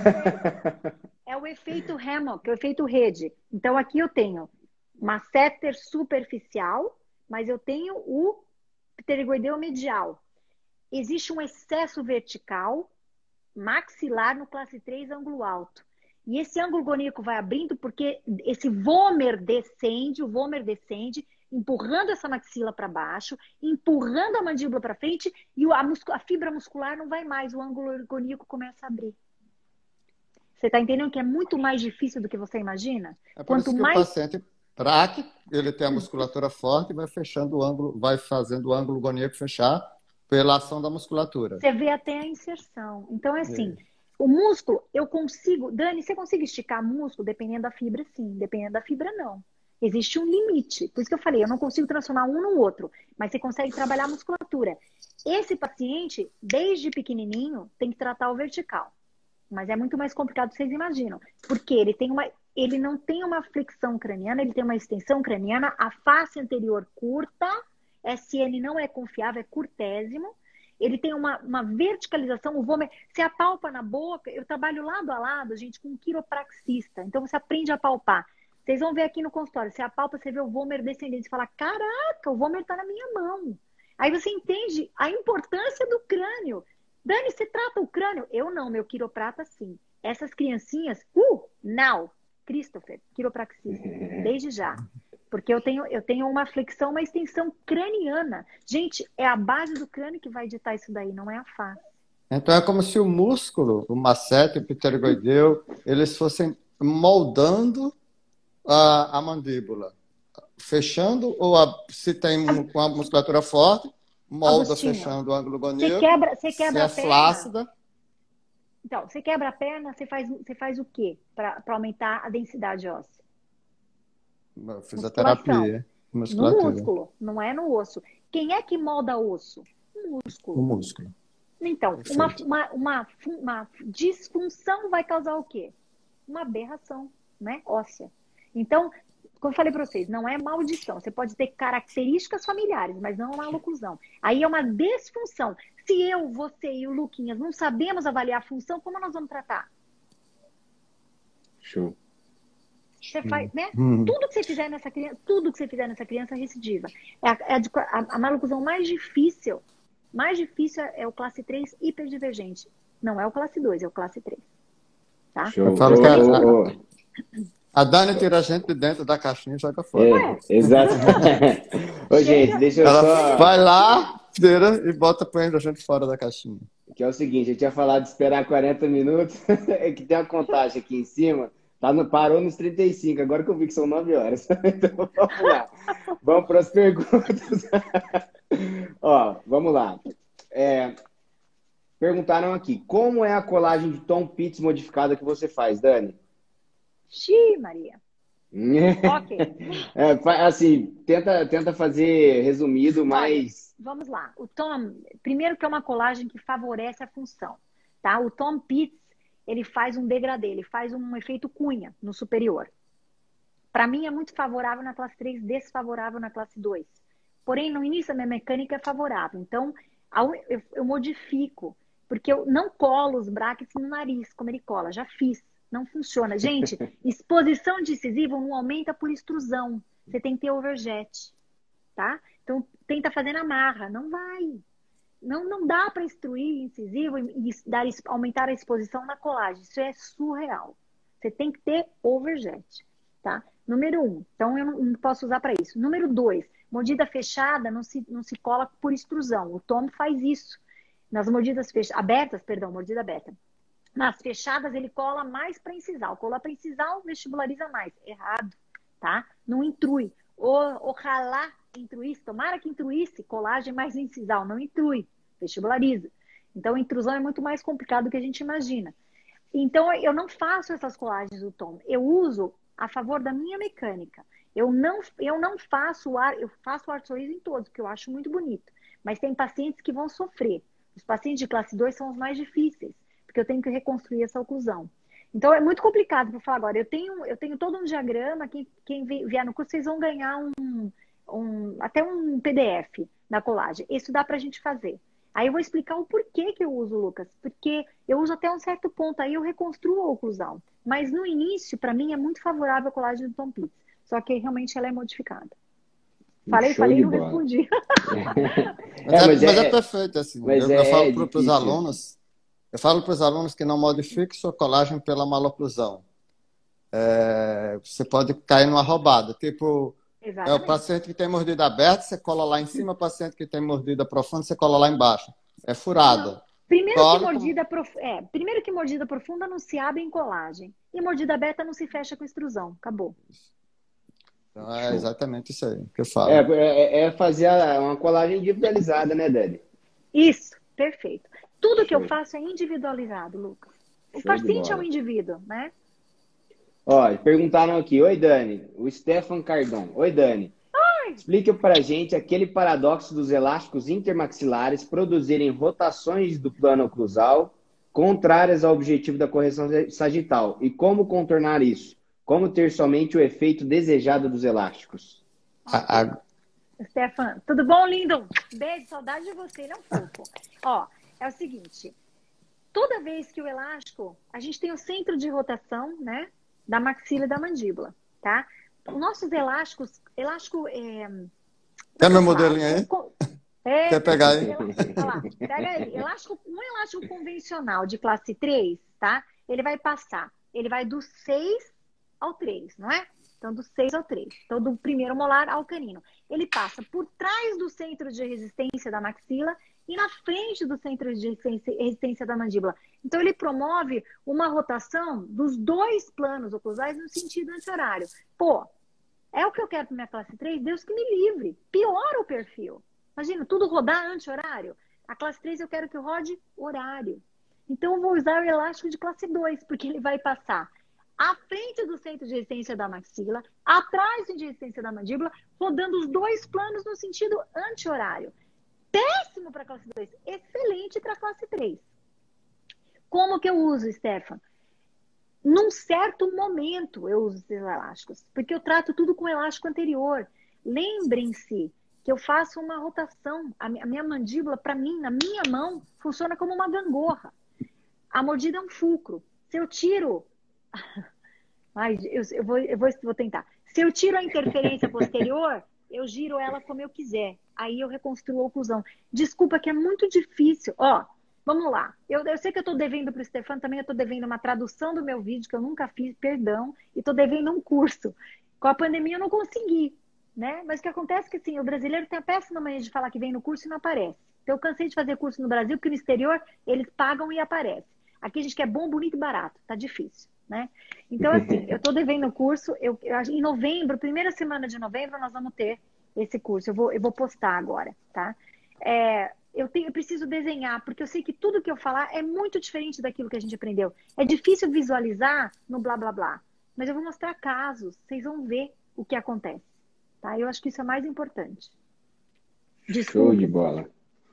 é o efeito hammock, é o efeito rede. Então, aqui eu tenho masseter superficial, mas eu tenho o pterygoideu medial. Existe um excesso vertical maxilar no classe três, ângulo alto. E esse ângulo goníaco vai abrindo porque esse vômer descende, o vômer descende, empurrando essa maxila para baixo, empurrando a mandíbula para frente e a, a fibra muscular não vai mais, o ângulo goníaco começa a abrir. Você está entendendo que é muito mais difícil do que você imagina? É por Quanto isso que mais... o paciente, para que ele tenha a musculatura forte, vai fechando o ângulo, vai fazendo o ângulo goníaco fechar pela ação da musculatura. Você vê até a inserção. Então, é assim, é. O músculo, eu consigo... Dani, você consegue esticar músculo dependendo da fibra? Sim. Dependendo da fibra, não. Existe um limite. Por isso que eu falei, eu não consigo transformar um no outro, mas você consegue trabalhar a musculatura. Esse paciente, desde pequenininho, tem que tratar o vertical. Mas é muito mais complicado do que vocês imaginam. Porque ele, tem uma, ele não tem uma flexão craniana, ele tem uma extensão craniana, a face anterior curta, S N não é confiável, é curtésimo. Ele tem uma, uma verticalização, o vômer... Você apalpa na boca, eu trabalho lado a lado, gente, com um quiropraxista. Então você aprende a palpar. Vocês vão ver aqui no consultório, você apalpa, você vê o vômer descendente, você fala, caraca, o vômer tá na minha mão. Aí você entende a importância do crânio. Dani, você trata o crânio? Eu não, meu quiroprata sim. Essas criancinhas, uh, now, Christopher, quiropraxista, desde já. Porque eu tenho, eu tenho uma flexão, uma extensão craniana. Gente, é a base do crânio que vai ditar isso daí, não é a face. Então é como se o músculo, o masseter, o pterygoideu, eles fossem moldando a, a mandíbula. Fechando, ou a, se tem com a musculatura forte, molda Agostinho, fechando o ângulo goníaco. Você quebra, você quebra se a é perna. flácida. Então, você quebra a perna, você faz, você faz o quê para aumentar a densidade óssea? Fisioterapia. No músculo, não é no osso. Quem é que molda osso? O músculo. O músculo. Então, uma, uma, uma, uma disfunção vai causar o quê? Uma aberração, né? Óssea. Então, como eu falei para vocês, não é maldição. Você pode ter características familiares, mas não é uma oclusão. Aí é uma desfunção. Se eu, você e o Luquinhas não sabemos avaliar a função, como nós vamos tratar? Show. Você faz, né? Hum. Tudo que você fizer nessa criança, tudo que você fizer nessa criança é recidiva. É a, é a, a maloclusão mais difícil, mais difícil é o classe três hiperdivergente. Não é o classe dois, é o classe três. Tá? Eu falo oh, que a, oh, oh. a Dani tira a gente de dentro da caixinha e joga fora. É, exato. Ô, gente, deixa eu Ela só... vai lá, tira e bota põe a gente fora da caixinha. Que é o seguinte, eu tinha falado de esperar quarenta minutos, é que tem uma contagem aqui em cima. Tá no, parou nos trinta e cinco, agora que eu vi que são nove horas. Então, vamos lá. Vamos para as perguntas. Ó, vamos lá. É, perguntaram aqui, como é a colagem de Tom Pitts modificada que você faz, Dani? Xiii, Maria. Ok. É, assim, tenta, tenta fazer resumido, mas... Vamos lá. O Tom, primeiro que é uma colagem que favorece a função, tá? O Tom Pitts, ele faz um degradê, ele faz um efeito cunha no superior. Para mim é muito favorável na classe três, desfavorável na classe dois. Porém, no início a minha mecânica é favorável. Então, eu, eu modifico, porque eu não colo os brackets no nariz, como ele cola. Já fiz, não funciona. Gente, exposição de incisivo não aumenta por extrusão. Você tem que ter overjet, tá? Então, tenta fazer na marra, não vai. Não, não dá para instruir incisivo e dar, aumentar a exposição na colagem. Isso é surreal. Você tem que ter overjet, tá? Número um. Então, eu não, não posso usar para isso. Número dois. Mordida fechada não se, não se cola por extrusão. O Tom faz isso. Nas mordidas fech... abertas, perdão, mordida aberta. Nas fechadas, ele cola mais para incisal. Cola para incisal, vestibulariza mais. Errado, tá? Não intrui. O, ojalá intruísse, tomara que intruísse colagem mais incisal, não intrui, vestibulariza. Então, a intrusão é muito mais complicado do que a gente imagina. Então, eu não faço essas colagens do Tom, eu uso a favor da minha mecânica. Eu não, eu não faço ar, eu faço o artroscopia em todos, que eu acho muito bonito, mas tem pacientes que vão sofrer. Os pacientes de classe dois são os mais difíceis, porque eu tenho que reconstruir essa oclusão. Então, é muito complicado para falar agora. Eu tenho, eu tenho todo um diagrama, quem, quem vier no curso, vocês vão ganhar um, um, até um P D F da colagem. Isso dá para a gente fazer. Aí eu vou explicar o porquê que eu uso, Lucas. Porque eu uso até um certo ponto, aí eu reconstruo a oclusão. Mas no início, para mim, é muito favorável a colagem do Tom Pitts. Só que realmente ela é modificada. Falei, Show falei e de não bola. respondi. Mas, É, é, mas mas é- é perfeito, assim. Mas Eu, eu é falo para os difícil. alunos, eu falo para os alunos que não modifique sua colagem pela maloclusão. É, você pode cair numa roubada. Tipo, é o Exatamente. paciente que tem mordida aberta, você cola lá em cima, o paciente que tem mordida profunda, você cola lá embaixo. É furada. Primeiro que, Cole com- mordida prof... é, primeiro que mordida profunda não se abre em colagem. E mordida aberta não se fecha com extrusão. Acabou. Então, é exatamente isso aí que eu falo. É, é, é fazer a- uma colagem individualizada, né, Dani? Isso, perfeito. Tudo que eu Show. faço é individualizado, Lucas. O Show de paciente é um bola. indivíduo, né? Ó, perguntaram aqui. Oi, Dani. O Stefan Cardon. Oi, Dani. Explica pra gente aquele paradoxo dos elásticos intermaxilares produzirem rotações do plano oclusal contrárias ao objetivo da correção sagital. E como contornar isso? Como ter somente o efeito desejado dos elásticos? A- a- Stefan, tudo bom, lindo? Beijo, saudade de você, não fofo. Ó, é o seguinte, toda vez que o elástico, a gente tem o centro de rotação, né, da maxila e da mandíbula, tá? Os nossos elásticos, elástico é... Tem meu modelinho aí? É, Quer pegar aí? Olha lá, pega aí. Elástico, um elástico convencional de classe três, tá? Ele vai passar, ele vai do seis ao três, não é? Então, do seis ao três. Então, do primeiro molar ao canino. Ele passa por trás do centro de resistência da maxila e na frente do centro de resistência da mandíbula. Então, ele promove uma rotação dos dois planos oclusais no sentido anti-horário. Pô, é o que eu quero para minha classe três? Deus que me livre. Piora o perfil. Imagina, tudo rodar anti-horário. A classe três eu quero que rode horário. Então, eu vou usar o elástico de classe dois, porque ele vai passar à frente do centro de resistência da maxila, atrás do centro de resistência da mandíbula, rodando os dois planos no sentido anti-horário. Péssimo para a classe dois, excelente para a classe três. Como que eu uso, Stefan? Num certo momento eu uso esses elásticos, porque eu trato tudo com elástico anterior. Lembrem-se que eu faço uma rotação. A minha mandíbula, para mim, na minha mão, funciona como uma gangorra. A mordida é um fulcro. Se eu tiro... Ai, eu, eu, vou, eu vou, vou tentar. Se eu tiro a interferência posterior, eu giro ela como eu quiser. Aí eu reconstruo a oclusão. Desculpa que é muito difícil. Ó, vamos lá. Eu, eu sei que eu estou devendo para o Stefan, também eu estou devendo uma tradução do meu vídeo, que eu nunca fiz, perdão, e estou devendo um curso. Com a pandemia eu não consegui, né? Mas o que acontece é que, assim, o brasileiro tem a péssima mania de falar que vem no curso e não aparece. Então eu cansei de fazer curso no Brasil, porque no exterior eles pagam e aparecem. Aqui a gente quer bom, bonito e barato. Tá difícil, né? Então, assim, eu tô devendo o curso. Eu, eu, em novembro, primeira semana de novembro, nós vamos ter esse curso. Eu vou, eu vou postar agora, tá? É, eu, tenho, eu preciso desenhar, porque eu sei que tudo que eu falar é muito diferente daquilo que a gente aprendeu. É difícil visualizar no blá, blá, blá. Mas eu vou mostrar casos. Vocês vão ver o que acontece, tá? Eu acho que isso é mais importante. Show de bola.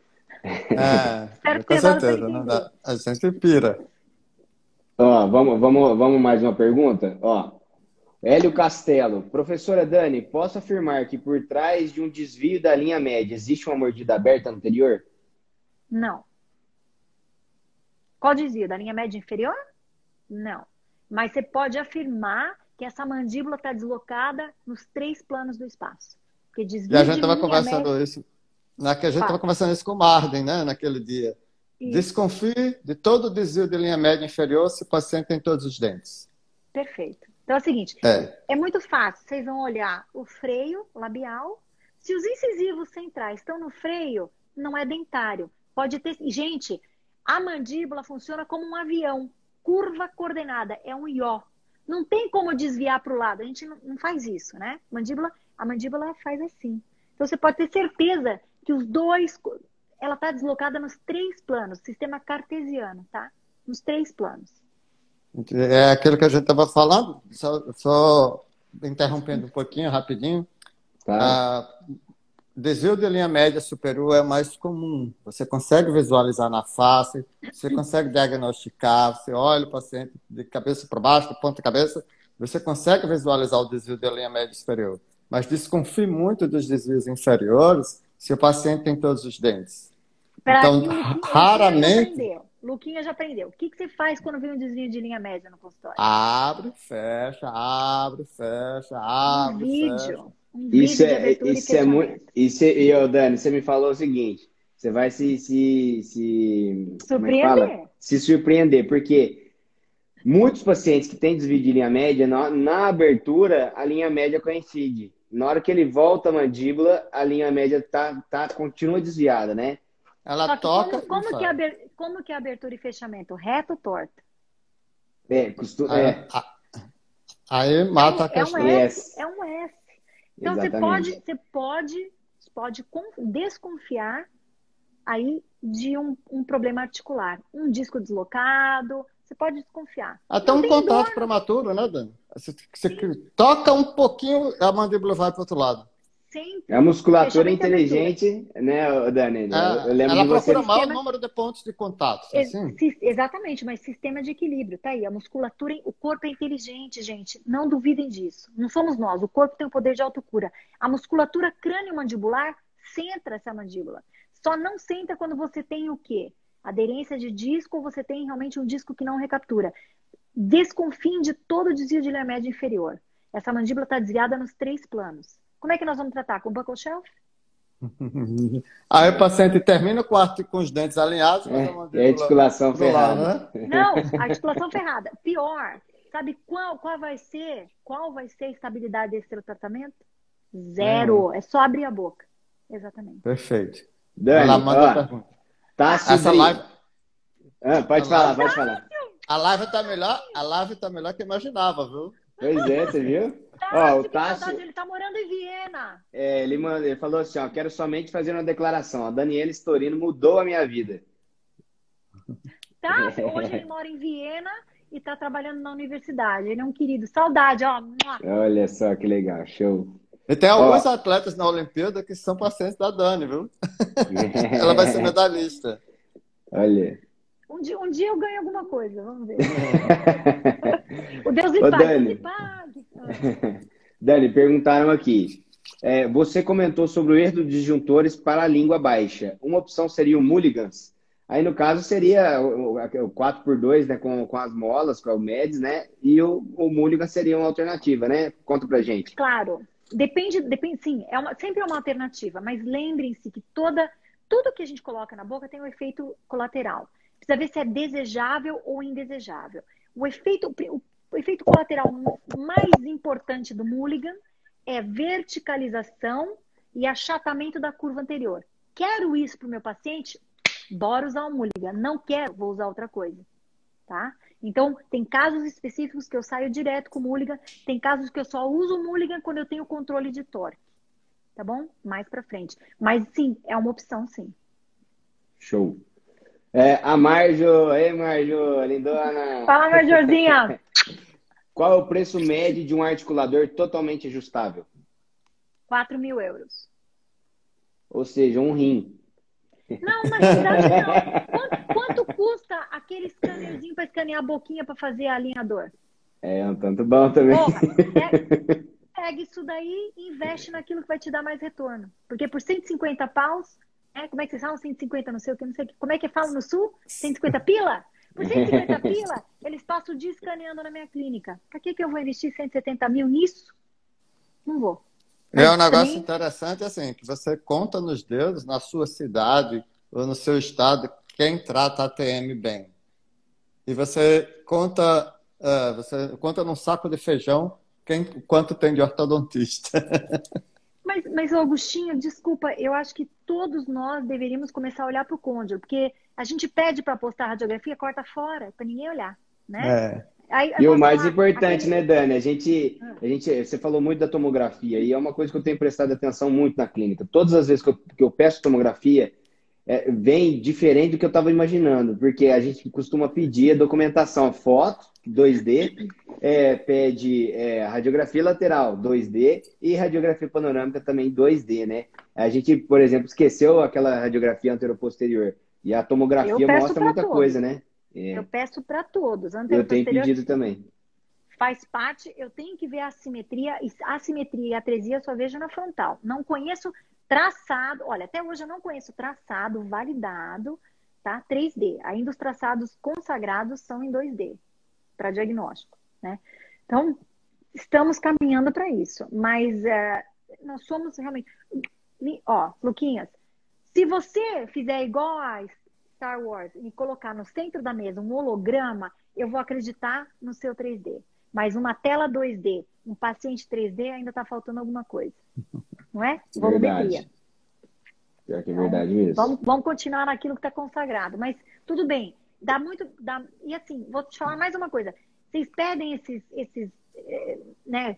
É, com certeza, né? A gente pira. Ó, vamos, vamos, vamos mais uma pergunta? Ó, Hélio Castelo. Professora Dani, posso afirmar que por trás de um desvio da linha média existe uma mordida aberta anterior? Não. Qual desvio? Da linha média inferior? Não. Mas você pode afirmar que essa mandíbula está deslocada nos três planos do espaço. Porque desvio E a gente de estava linha conversando média... isso. Na que a gente estava Fala. conversando isso com o Marden, né? Naquele dia. Isso. Desconfie de todo desvio de linha média inferior se o paciente tem todos os dentes. Perfeito. Então é o seguinte, É. é muito fácil. Vocês vão olhar o freio labial. Se os incisivos centrais estão no freio, não é dentário. Pode ter... Gente, a mandíbula funciona como um avião. Curva coordenada. É um ió. Não tem como desviar para o lado. A gente não, não faz isso, né? Mandíbula, a mandíbula faz assim. Então você pode ter certeza que os dois... Ela está deslocada nos três planos. Sistema cartesiano, tá? Nos três planos. É aquilo que a gente estava falando, só, só interrompendo um pouquinho, rapidinho. Tá. Ah, desvio de linha média superior é mais comum. Você consegue visualizar na face, você consegue diagnosticar, você olha o paciente de cabeça para baixo, de ponta cabeça, você consegue visualizar o desvio de linha média superior. Mas desconfie muito dos desvios inferiores se o paciente tem todos os dentes. Pra, Então, e o Luquinha, raramente... Luquinha já aprendeu. Luquinha já aprendeu. O que, que você faz quando vem um desvio de linha média no consultório? Abre, fecha, abre, fecha, Um abre, fecha. vídeo. Um Isso vídeo de é, abertura e isso é muito. fechamento. Isso é, e, ô, Dani, você me falou o seguinte: você vai se, se, se, como é que fala? Surpreender. Se surpreender, porque muitos pacientes que têm desvio de linha média, na, na abertura, a linha média coincide. Na hora que ele volta a mandíbula, a linha média tá, tá, continua desviada, né? Ela Só que toca como, como, e que é sai. aber- como que é abertura e fechamento? Reto ou torto? É, costu... Aí, é, aí mata a É um questão. S. Yes. É um S. Então você Exatamente. pode, você pode, pode con- desconfiar aí de um, um problema articular. Um disco deslocado, você pode desconfiar. Até Não um tem contato dor, prematuro, né, Dani? Você, você toca um pouquinho, a mandíbula vai para o outro lado. sempre. A musculatura Fechamento e abertura. inteligente, né, ô, Dani? Eu, eu É, lembro ela de você. procura maior Sistema- número de pontos de contato, Ex- assim? sis- Exatamente, mas sistema de equilíbrio, tá aí. A musculatura, o corpo é inteligente, gente. Não duvidem disso. Não somos nós. O corpo tem o poder de autocura. A musculatura crânio-mandibular centra essa mandíbula. Só não centra quando você tem o quê? Aderência de disco ou você tem realmente um disco que não recaptura. Desconfiem de todo o desvio de linha média inferior. Essa mandíbula está desviada nos três planos. Como é que nós vamos tratar? Com buccal shelf? Aí o paciente termina o quarto com os dentes alinhados, mas a É, e a mandíbula articulação pro lado, ferrada. né? Não, articulação ferrada. Pior, sabe qual, qual vai ser? Qual vai ser a estabilidade desse seu tratamento? Zero. É só abrir a boca. Exatamente. Perfeito. Dani, Ela manda a ó, pergunta. Tássio Essa Dri- live, Ah, pode a falar, live- pode falar. a live tá melhor, a live tá melhor que eu imaginava, viu? Pois é, você viu? Ó, Tássio, o que Tássio, saudade, ele tá morando em Viena. é, ele, manda- ele falou assim, ó, quero somente fazer uma declaração. A Daniela Storino mudou a minha vida. Tássio, hoje ele mora em Viena e tá trabalhando na universidade. Ele é um querido. Saudade, ó. Mua. Olha só que legal, show. E tem alguns atletas na Olimpíada que são pacientes da Dani, viu? Ela vai ser medalhista. Olha. Um dia, um dia eu ganho alguma coisa, vamos ver. O Deus lhe Ô, pague, Deus Dani. lhe pague. Ah. Dani, perguntaram aqui. É, você comentou sobre o erro dos disjuntores para a língua baixa. Uma opção seria o Mulligans. Aí, no caso, seria o, o quatro por dois, né, com, com as molas, com o MEDS, né? E o, o Mulligan seria uma alternativa, né? Conta pra gente. Claro, depende, depende, sim, é uma, sempre é uma alternativa, mas lembrem-se que toda, tudo que a gente coloca na boca tem um efeito colateral. Precisa ver se é desejável ou indesejável. O efeito, o, o efeito colateral mais importante do Mulligan é verticalização e achatamento da curva anterior. Quero isso para o meu paciente? Bora usar o Mulligan. Não quero, vou usar outra coisa. Tá? Então, tem casos específicos que eu saio direto com o Mulligan, tem casos que eu só uso o Mulligan quando eu tenho controle de torque. Tá bom? Mais pra frente. Mas sim, é uma opção, sim. Show. É, a Marjo, ei Marjo, lindona. Fala, Marjorzinha! Qual é o preço médio de um articulador totalmente ajustável? quatro mil euros. Ou seja, um rim. Não, na verdade não. Quanto, quanto custa aquele scannerzinho para escanear a boquinha para fazer alinhador? É um tanto bom também. Porra, pega, pega isso daí e investe naquilo que vai te dar mais retorno. Porque por cento e cinquenta paus, é, como é que vocês falam? cento e cinquenta, não sei o que, não sei o que. Como é que fala no sul? cento e cinquenta pila? Por cento e cinquenta pila, eles passam o dia escaneando na minha clínica. Pra que, que eu vou investir cento e setenta mil nisso? Não vou. É um negócio também... interessante, assim, que você conta nos dedos, na sua cidade ou no seu estado, quem trata a T M bem. E você conta, uh, você conta num saco de feijão quem, quanto tem de ortodontista. Mas, mas, Augustinho, desculpa, eu acho que todos nós deveríamos começar a olhar para o côndilo, porque a gente pede para postar a radiografia, corta fora, para ninguém olhar, né? É. Aí, E o vamos mais falar, importante, aquele... né, Dani? A gente, a gente, você falou muito da tomografia e é uma coisa que eu tenho prestado atenção muito na clínica. Todas as vezes que eu, que eu peço tomografia, é, vem diferente do que eu estava imaginando, porque a gente costuma pedir a documentação, foto dois D, é, pede é, radiografia lateral dois D e radiografia panorâmica também dois D, né? A gente, por exemplo, esqueceu aquela radiografia anteroposterior e a Eu tomografia peço mostra para muita coisa, todos. né? Eu É, peço para todos. eu tenho Anteroposterior pedido também. faz parte, eu tenho que ver a assimetria, e assimetria e atresia eu só vejo na frontal. Não conheço traçado, olha, até hoje eu não conheço traçado validado, tá? três D. Ainda os traçados consagrados são em dois D, para diagnóstico, né? Então, estamos caminhando para isso, mas é, nós somos realmente... Ó, Luquinhas, se você fizer igual a Star Wars e colocar no centro da mesa um holograma, eu vou acreditar no seu três D. Mas uma tela dois D, um paciente três D, ainda está faltando alguma coisa. Não é? Volumetria. Verdade. Pior que é verdade Então, mesmo. vamos, vamos continuar naquilo que está consagrado. Mas tudo bem. Dá muito. Dá, e assim, vou te falar mais uma coisa. Vocês pedem esses, esses eh, né,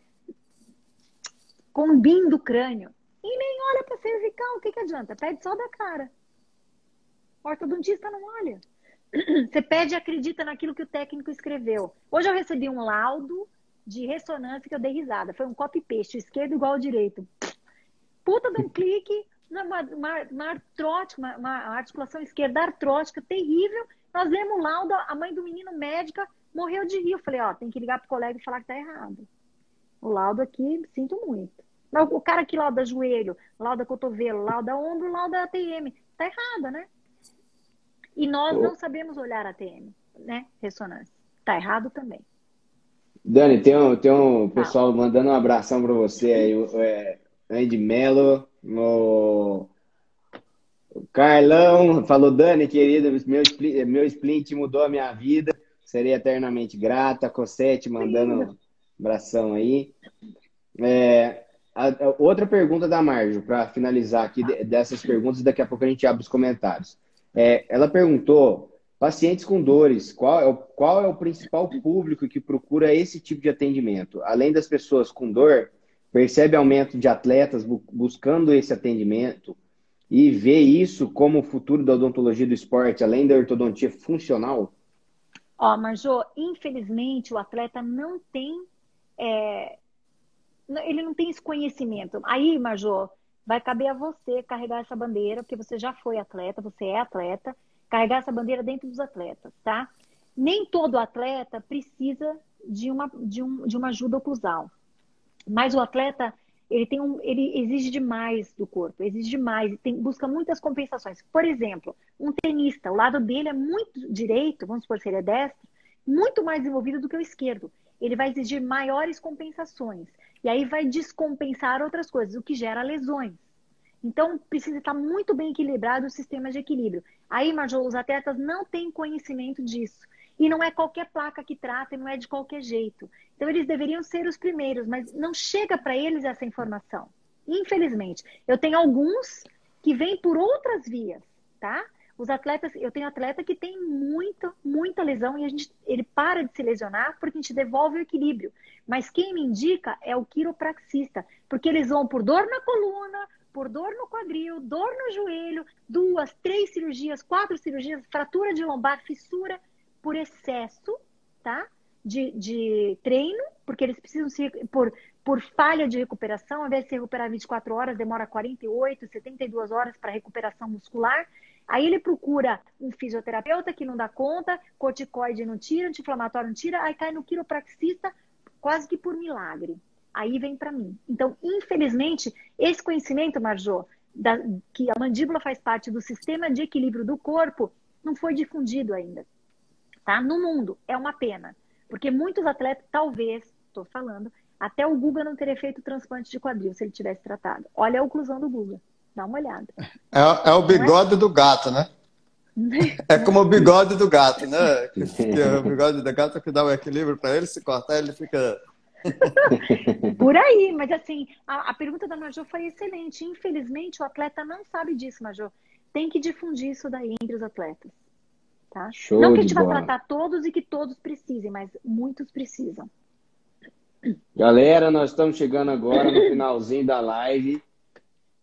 combim do crânio e nem olha para cervical. O que, que adianta? Pede só da cara. O ortodontista não olha. Você pede e acredita naquilo que o técnico escreveu. Hoje eu recebi um laudo de ressonância que eu dei risada. Foi um copy-paste, esquerdo igual ao direito. Puta de um clique, uma, uma, uma artrótica, uma, uma articulação esquerda artrótica terrível. Nós lemos o laudo, a mãe do menino médica morreu de rir. Eu falei, ó, tem que ligar pro colega e falar que tá errado. O laudo aqui, sinto muito. Mas o cara que lauda joelho, lauda cotovelo, lauda ombro, lauda A T M. Tá errado, né? E nós não sabemos olhar A T M, né? Ressonância. Tá errado também. Dani, tem um, tem um pessoal mandando um abração para você aí. É, Andy Mello, o Carlão falou, Dani, querida, meu, split, meu splint mudou a minha vida. Serei eternamente grata. Cosete mandando um abração aí. É, a, a, outra pergunta da Marjo, para finalizar aqui dessas perguntas, daqui a pouco a gente abre os comentários. É, ela perguntou, pacientes com dores, qual é, o, qual é o principal público que procura esse tipo de atendimento? Além das pessoas com dor, percebe aumento de atletas bu buscando esse atendimento e vê isso como o futuro da odontologia do esporte, além da ortodontia funcional? Ó, Marjô, infelizmente o atleta não tem... É... Ele não tem esse conhecimento. Aí, Marjô, vai caber a você carregar essa bandeira, porque você já foi atleta, você é atleta, carregar essa bandeira dentro dos atletas, tá? Nem todo atleta precisa de uma, de um, de uma ajuda oclusal. Mas o atleta, ele, tem um, ele exige demais do corpo, exige demais, tem, busca muitas compensações. Por exemplo, um tenista, o lado dele é muito direito, vamos supor se ele é destro, muito mais desenvolvido do que o esquerdo. Ele vai exigir maiores compensações. E aí vai descompensar outras coisas, o que gera lesões. Então, precisa estar muito bem equilibrado o sistema de equilíbrio. Aí, Marjô, os atletas não têm conhecimento disso. E não é qualquer placa que trata e não é de qualquer jeito. Então, eles deveriam ser os primeiros, mas não chega para eles essa informação. Infelizmente. Eu tenho alguns que vêm por outras vias, tá? Os atletas, eu tenho atleta que tem muita, muita lesão e a gente, ele para de se lesionar porque a gente devolve o equilíbrio. Mas quem me indica é o quiropraxista, porque eles vão por dor na coluna, por dor no quadril, dor no joelho, duas, três cirurgias, quatro cirurgias, fratura de lombar, fissura, por excesso, tá? De, de treino, porque eles precisam se por, por falha de recuperação, ao invés de se recuperar vinte e quatro horas, demora quarenta e oito, setenta e duas horas para recuperação muscular. Aí ele procura um fisioterapeuta que não dá conta, corticoide não tira, anti-inflamatório não tira, aí cai no quiropraxista quase que por milagre. Aí vem para mim. Então, infelizmente, esse conhecimento, Marjô, da, que a mandíbula faz parte do sistema de equilíbrio do corpo, não foi difundido ainda. Tá? No mundo, é uma pena. Porque muitos atletas, talvez, estou falando, até o Guga não teria feito transplante de quadril se ele tivesse tratado. Olha a oclusão do Guga. Dá uma olhada. É, é o bigode é? do gato, né? É como o bigode do gato, né? Que, que o bigode do gato que dá o equilíbrio para ele, se cortar, ele fica... Por aí, mas assim, a, a pergunta da Majô foi excelente. Infelizmente, o atleta não sabe disso, Majô. Tem que difundir isso daí entre os atletas. Tá? Show não que a gente de vai bola. tratar todos e que todos precisem, mas muitos precisam. Galera, nós estamos chegando agora no finalzinho da live.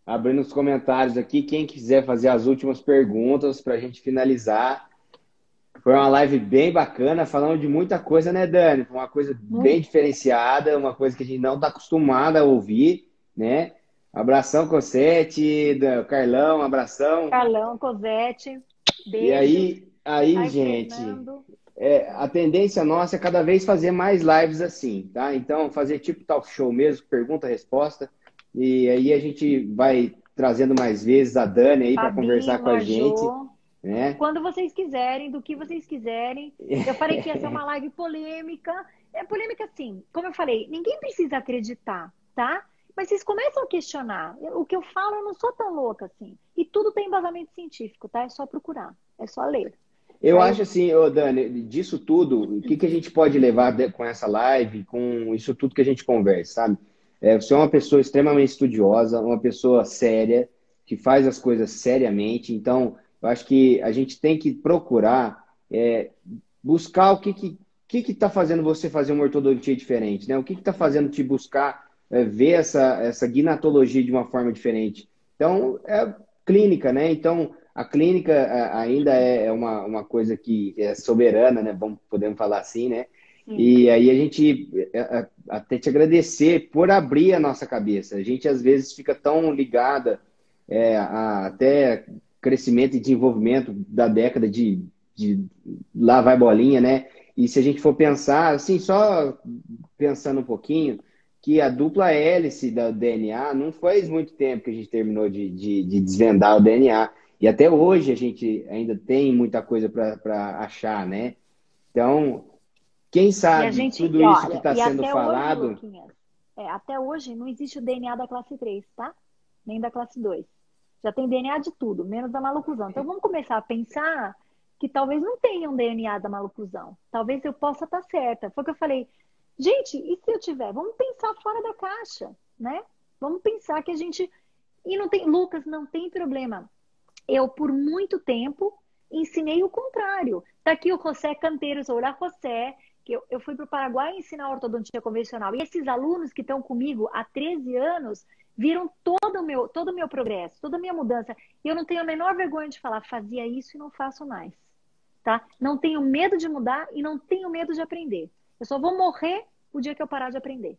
abrindo os comentários aqui, quem quiser fazer as últimas perguntas para a gente finalizar. Foi uma live bem bacana, falando de muita coisa, né, Dani? Foi uma coisa bem Muito. diferenciada, uma coisa que a gente não está acostumado a ouvir, né? Abração, Cosete, da- Carlão, abração. Carlão, Cosete, E beijos. aí, aí, Aí, gente, Fernando. é, a tendência nossa é cada vez fazer mais lives assim, tá? Então, fazer tipo talk show mesmo, pergunta-resposta. E aí a gente vai trazendo mais vezes a Dani aí para conversar Fabinho, com a gente, Majô. né? Quando vocês quiserem, do que vocês quiserem. Eu falei que ia ser uma live polêmica. É polêmica, assim, como eu falei, ninguém precisa acreditar, tá? Mas vocês começam a questionar. O que eu falo, eu não sou tão louca assim. E tudo tem embasamento científico, tá? É só procurar, é só ler. Eu Tá? acho Eu... assim, ô Dani, disso tudo, o que que a gente pode levar de- com essa live, com isso tudo que a gente conversa, sabe? É, você é uma pessoa extremamente estudiosa, uma pessoa séria, que faz as coisas seriamente. Então, eu acho que a gente tem que procurar é, buscar o que que que que está fazendo você fazer uma ortodontia diferente, né? O que que está fazendo te buscar é, ver essa essa guinatologia de uma forma diferente? Então, é clínica, né? Então a clínica é, ainda é é uma, uma coisa que é soberana, né? Vamos, podemos falar assim, né? Sim. E aí a gente é, é, até te agradecer por abrir a nossa cabeça. A gente às vezes fica tão ligada é, a, até crescimento e desenvolvimento da década de, de lá vai bolinha, né? E se a gente for pensar, assim, só pensando um pouquinho, que a dupla hélice da D N A não faz muito tempo que a gente terminou de, de, de desvendar o D N A. E até hoje a gente ainda tem muita coisa para achar, né? Então, quem E a sabe gente, tudo e isso que olha, está e sendo até hoje, falado. Luquinhas, é, até hoje não existe o D N A da classe três, tá? Nem da classe dois. Já tem D N A de tudo, menos da maloclusão. Então vamos começar a pensar que talvez não tenha um D N A da maloclusão. Talvez eu possa estar certa. Foi o que eu falei. Gente, e se eu tiver? Vamos pensar fora da caixa, né? Vamos pensar que a gente. E não tem. Lucas, não tem problema. Eu, por muito tempo, ensinei o contrário. Tá aqui o José Canteiros, ou La José, que eu, eu fui para o Paraguai ensinar ortodontia convencional. E esses alunos que estão comigo há treze anos viram todo o meu, todo o meu progresso, toda a minha mudança. E eu não tenho a menor vergonha de falar, fazia isso e não faço mais. Tá? Não tenho medo de mudar e não tenho medo de aprender. Eu só vou morrer o dia que eu parar de aprender.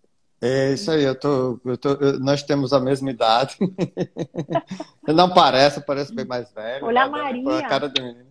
É isso aí, eu tô, eu tô, eu- nós temos a mesma idade. Não parece, eu pareço bem mais velho, Olha a mas Dani foi a Maria. cara do menino.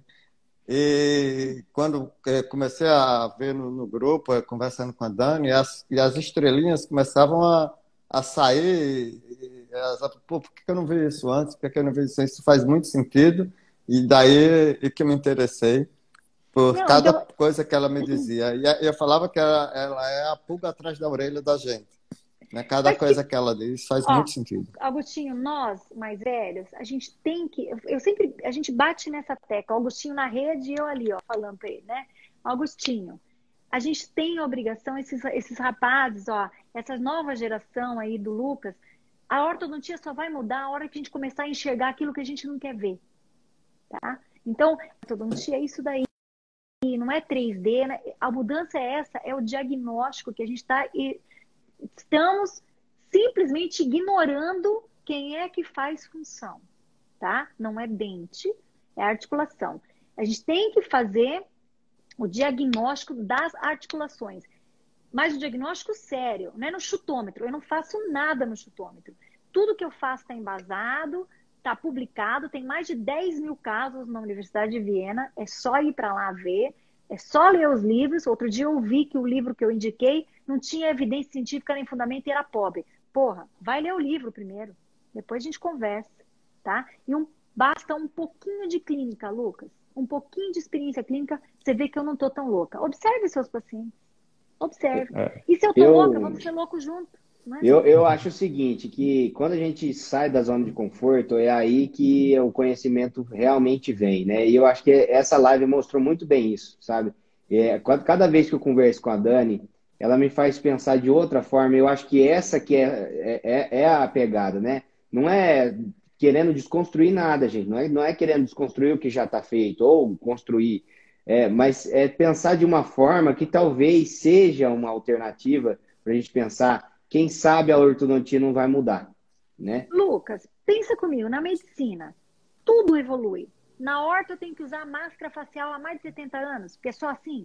E quando eh, comecei a ver no, no grupo, eh, conversando com a Dani, e as, e as estrelinhas começavam a, a sair. E elas, pô, por que que eu não vi isso antes? Por que que eu não vi isso antes? Isso faz muito sentido. E daí é que eu me interessei por Não, cada então, coisa que ela me dizia. E a- eu falava que ela, ela é a pulga atrás da orelha da gente, né? Cada mas que coisa que ela diz faz ó, muito sentido. Agostinho, nós mais velhos, a gente tem que. Eu sempre. A gente bate nessa tecla. O Agostinho na rede e eu ali, ó, falando pra ele, né? Agostinho, a gente tem a obrigação, esses, esses rapazes, ó, essa nova geração aí do Lucas, a ortodontia só vai mudar a hora que a gente começar a enxergar aquilo que a gente não quer ver, tá? Então, ortodontia é isso daí. Não é três D, né? A mudança é essa, é o diagnóstico que a gente está. Estamos simplesmente ignorando quem é que faz função, tá? Não é dente, é articulação. A gente tem que fazer o diagnóstico das articulações, mas o diagnóstico sério, não é no chutômetro. Eu não faço nada no chutômetro. Tudo que eu faço está embasado, está publicado, tem mais de dez mil casos na Universidade de Viena, é só ir para lá ver, é só ler os livros. Outro dia eu vi que o livro que eu indiquei não tinha evidência científica nem fundamento e era pobre. Porra, vai ler o livro primeiro, depois a gente conversa, tá? E um, basta um pouquinho de clínica, Lucas, um pouquinho de experiência clínica, você vê que eu não tô tão louca. Observe seus pacientes. Observe. É. E se eu tô louca, Eu, vamos ser loucos junto, não é, eu, Lucas? eu acho o seguinte, que quando a gente sai da zona de conforto, é aí que o conhecimento realmente vem, né? E eu acho que essa live mostrou muito bem isso, sabe? É, quando- cada vez que eu converso com a Dani, ela me faz pensar de outra forma. Eu acho que essa que é, é, é é a pegada, né? Não é querendo desconstruir nada, gente. Não é, não é querendo desconstruir o que já está feito ou construir. É, mas é pensar de uma forma que talvez seja uma alternativa para a gente pensar, quem sabe a ortodontia não vai mudar, né? Lucas, pensa comigo, na medicina, tudo evolui. Na horta eu tenho que usar máscara facial há mais de setenta anos, porque é só assim.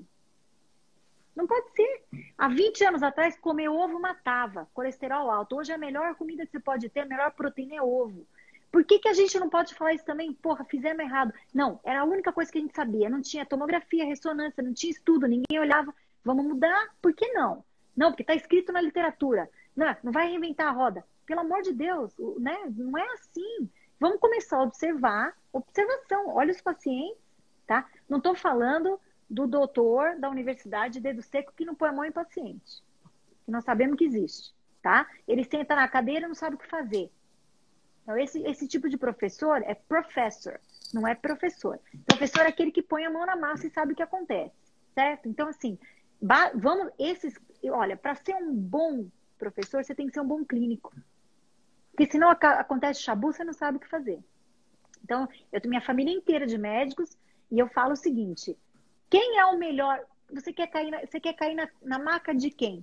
Não pode ser. Há vinte anos atrás, comer ovo matava, colesterol alto. Hoje é a melhor comida que você pode ter, a melhor proteína é ovo. Por que, que a gente não pode falar isso também? Porra, fizemos errado. Não, era a única coisa que a gente sabia. Não tinha tomografia, ressonância, não tinha estudo, ninguém olhava. Vamos mudar? Por que não? Não, porque está escrito na literatura. Não, não vai reinventar a roda. Pelo amor de Deus, né? Não é assim. Vamos começar a observar. Observação. Olha os pacientes, tá? Não estou falando do doutor da universidade, dedo seco, que não põe a mão em paciente. Que nós sabemos que existe, tá? Ele senta na cadeira e não sabe o que fazer. Então, esse, esse tipo de professor é professor, não é professor. Professor é aquele que põe a mão na massa e sabe o que acontece, certo? Então, assim, vamos, esses, olha, para ser um bom professor, você tem que ser um bom clínico. Porque senão acontece chabu, você não sabe o que fazer. Então, eu tenho minha família inteira de médicos e eu falo o seguinte: quem é o melhor? Você quer cair na, você quer cair na, na maca de quem?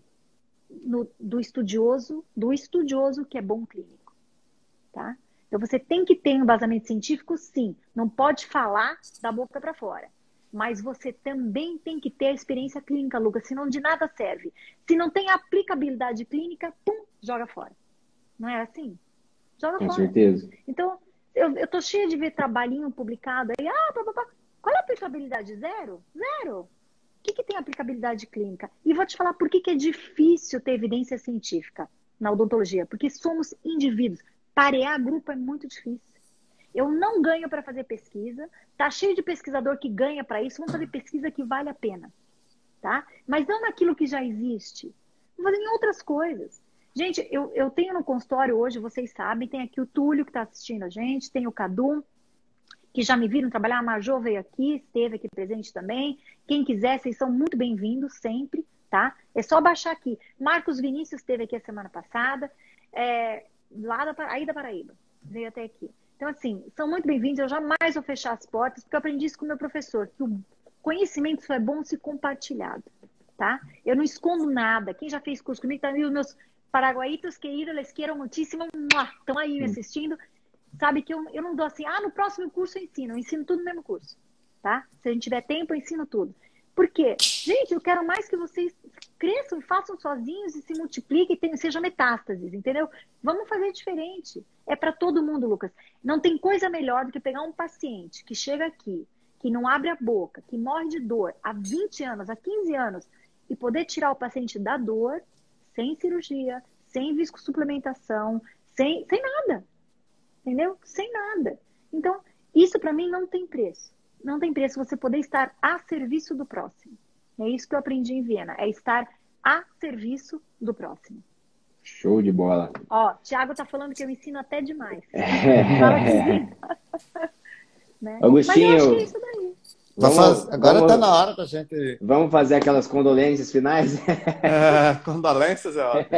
No, do estudioso, do estudioso que é bom clínico. Tá? Então você tem que ter um embasamento científico, sim. Não pode falar da boca para fora. Mas você também tem que ter a experiência clínica, Lucas, senão de nada serve. Se não tem aplicabilidade clínica, pum, joga fora. Não é assim? Joga Com fora. certeza. Então, eu, eu tô cheia de ver trabalhinho publicado aí. Ah, pá, pá, pá. Qual é a aplicabilidade? Zero? Zero. O que, que tem aplicabilidade clínica? E vou te falar por que, que é difícil ter evidência científica na odontologia. Porque somos indivíduos. Parear grupo é muito difícil. Eu não ganho para fazer pesquisa. Tá cheio de pesquisador que ganha para isso. Vamos fazer pesquisa que vale a pena. Tá? Mas não naquilo que já existe. Vamos fazer em outras coisas. Gente, eu, eu tenho no consultório hoje, vocês sabem, tem aqui o Túlio que está assistindo a gente, tem o Cadu, que já me viram trabalhar. A Majô veio aqui, esteve aqui presente também. Quem quiser, vocês são muito bem-vindos sempre, tá? É só baixar aqui. Marcos Vinícius esteve aqui a semana passada. É... lá da, aí da Paraíba, veio até aqui. Então, assim, são muito bem-vindos. Eu jamais vou fechar as portas, porque eu aprendi isso com o meu professor, que o conhecimento só é bom se compartilhado, tá? Eu não escondo nada. Quem já fez curso comigo, tá aí os meus paraguaitos queridos, eles queiram muitíssimo, estão aí me assistindo, sabe que eu, eu não dou assim, ah, no próximo curso eu ensino, eu ensino tudo no mesmo curso, tá? Se a gente tiver tempo, eu ensino tudo. Por quê? Gente, eu quero mais que vocês cresçam e façam sozinhos e se multipliquem e tenham, sejam metástases, entendeu? Vamos fazer diferente. É para todo mundo, Lucas. Não tem coisa melhor do que pegar um paciente que chega aqui, que não abre a boca, que morre de dor há vinte anos, há quinze anos, e poder tirar o paciente da dor, sem cirurgia, sem viscosuplementação, sem, sem nada. Entendeu? Sem nada. Então, isso para mim não tem preço. Não tem preço você poder estar a serviço do próximo. É isso que eu aprendi em Viena. É estar a serviço do próximo. Show de bola. Ó, Thiago tá falando que eu ensino até demais. É. Fala que... né? Agostinho, mas eu acho que é isso daí. Vamos, Vamos, agora vamos- está na hora da gente. Vamos fazer aquelas condolências finais? É, condolências, é ótimo.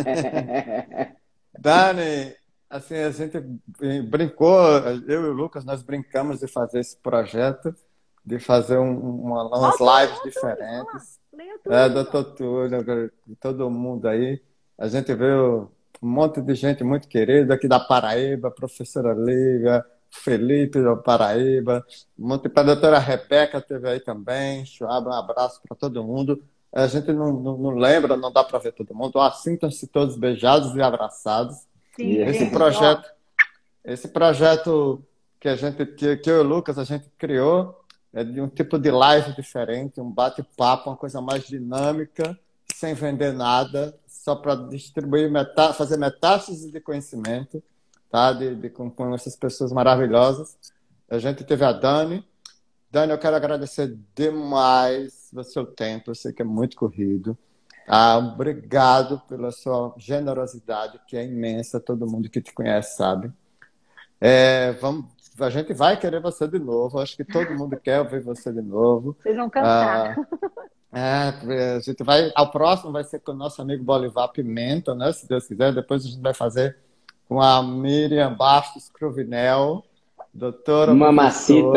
Dani, assim, a gente brincou, eu e o Lucas, nós brincamos de fazer esse projeto, de fazer um, uma, umas Ó, lives Túlio, diferentes. Leia tudo. É, doutor Túlio, todo mundo aí. A gente viu um monte de gente muito querida aqui da Paraíba, professora Lívia, Felipe da Paraíba, um monte para a doutora Rebeca teve aí também. Schwab, um abraço para todo mundo. A gente não, não, não lembra, não dá para ver todo mundo. Ó, sintam-se todos beijados e abraçados. Sim, Esse Esse gente, projeto, esse projeto que a gente, que, que eu e o Lucas a gente criou é de um tipo de live diferente, um bate-papo, uma coisa mais dinâmica, sem vender nada, só para distribuir, metá fazer metástase de conhecimento, tá? De, de, com, com essas pessoas maravilhosas. A gente teve a Dani. Dani, eu quero agradecer demais o seu tempo, eu sei que é muito corrido. Ah, obrigado pela sua generosidade, que é imensa, todo mundo que te conhece sabe. É, vamos, a gente vai querer você de novo, acho que todo mundo quer ouvir você de novo. vocês vão cantar. Ah, é, a gente vai, ao próximo vai ser com o nosso amigo Bolivar Pimenta, né, se Deus quiser. Depois a gente vai fazer com a Miriam Bastos Cruvinel, doutora Mamacita.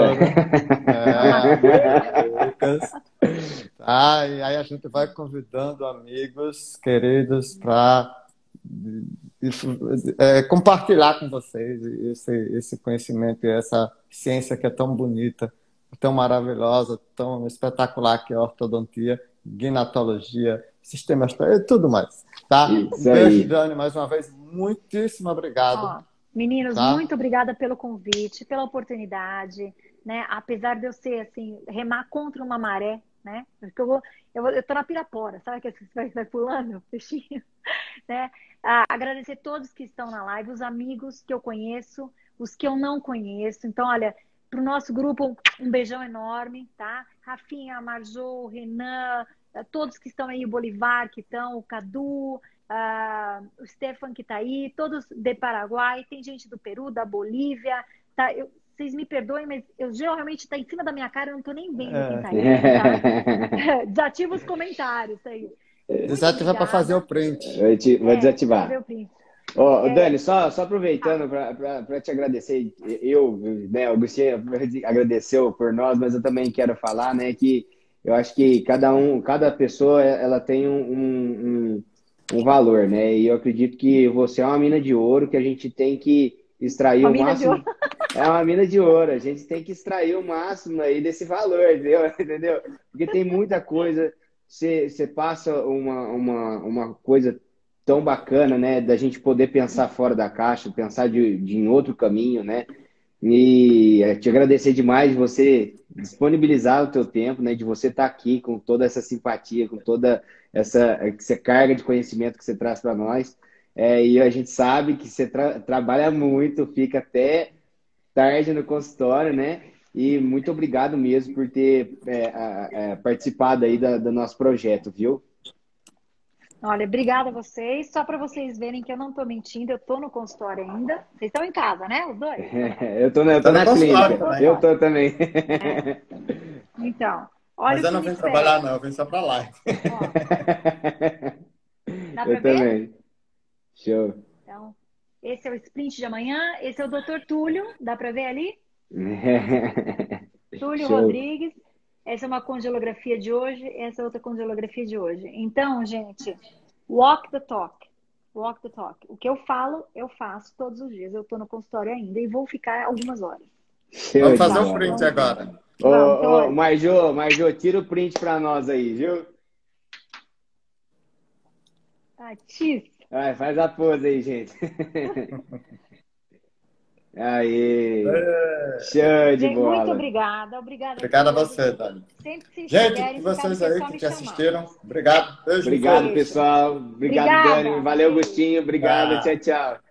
É, Lucas. Tá, e aí a gente vai convidando amigos queridos para é, compartilhar com vocês esse, esse conhecimento e essa ciência que é tão bonita, tão maravilhosa, tão espetacular, que é a ortodontia, ginatologia, sistema e tudo mais, tá? Isso Um beijo, aí. Dani, mais uma vez, muitíssimo obrigado. Ó, meninos, Tá? muito obrigada pelo convite, pela oportunidade, né? Apesar de eu ser, assim, remar contra uma maré, né? Porque eu vou, eu vou, eu tô na Pirapora, sabe que você vai, vai pulando, peixinho, né? Ah, agradecer todos que estão na live, os amigos que eu conheço, os que eu não conheço. Então, olha, pro nosso grupo, um beijão enorme, tá? Rafinha, Marjô, Renan, todos que estão aí, o Bolivar que estão, o Cadu, ah, o Stefan que está aí, todos de Paraguai, tem gente do Peru, da Bolívia, tá? Eu, vocês me perdoem, mas eu geralmente está em cima da minha cara, eu não estou nem vendo quem está aí, tá? Desativa os comentários aí. Desativa para fazer o print. Eu te, vou É, desativar. fazer o print. Ó, É. Dani, só, só aproveitando para te agradecer, eu, né, o Agostinho agradeceu por nós, mas eu também quero falar, né, que eu acho que cada um, cada pessoa, ela tem um, um, um valor, né, e eu acredito que você é uma mina de ouro que a gente tem que extrair Uma o mina de máximo. ouro. É uma mina de ouro, a gente tem que extrair o máximo aí desse valor, entendeu? Entendeu? Porque tem muita coisa, você, você passa uma, uma, uma coisa tão bacana, né, da gente poder pensar fora da caixa, pensar de, de em outro caminho, né, e é, te agradecer demais de você disponibilizar o teu tempo, né, de você estar aqui com toda essa simpatia, com toda essa, essa carga de conhecimento que você traz para nós, é, e a gente sabe que você tra trabalha muito, fica até tarde no consultório, né, e muito obrigado mesmo por ter é, a, a, participado aí da, do nosso projeto, viu? Olha, obrigada a vocês. Só para vocês verem que eu não estou mentindo, eu estou no consultório ainda. Vocês estão em casa, né? Os dois? eu tô na, eu tô na clínica. Eu tô também. É. Então, olha. Mas eu não vim trabalhar, não, eu vim só para live. Dá pra eu ver? Também. Show. Então, esse é o sprint de amanhã. Esse é o doutor Túlio. Dá para ver ali? Túlio Show. Rodrigues. Essa é uma congelografia de hoje, essa é outra congelografia de hoje. Então, gente, walk the talk. Walk the talk. O que eu falo, eu faço todos os dias. Eu tô no consultório ainda e vou ficar algumas horas. Show. Vamos fazer o um print agora. Ô, Vamos, então, ô, Marjô, Marjô, tira o print pra nós aí, viu? Ah, Tis. Vai, faz a pose aí, gente. Aí. É. Show de Gente, bola. muito obrigada. Obrigada, obrigada a você, Dani. Sempre que vocês Gente, quiserem, e vocês ficar, aí só que, me que chamar. assistiram, obrigado. Beijo. Obrigado, Beijo. pessoal. Obrigado, Obrigada. Dani. Valeu, Agostinho. Obrigado. Ah. Tchau, tchau.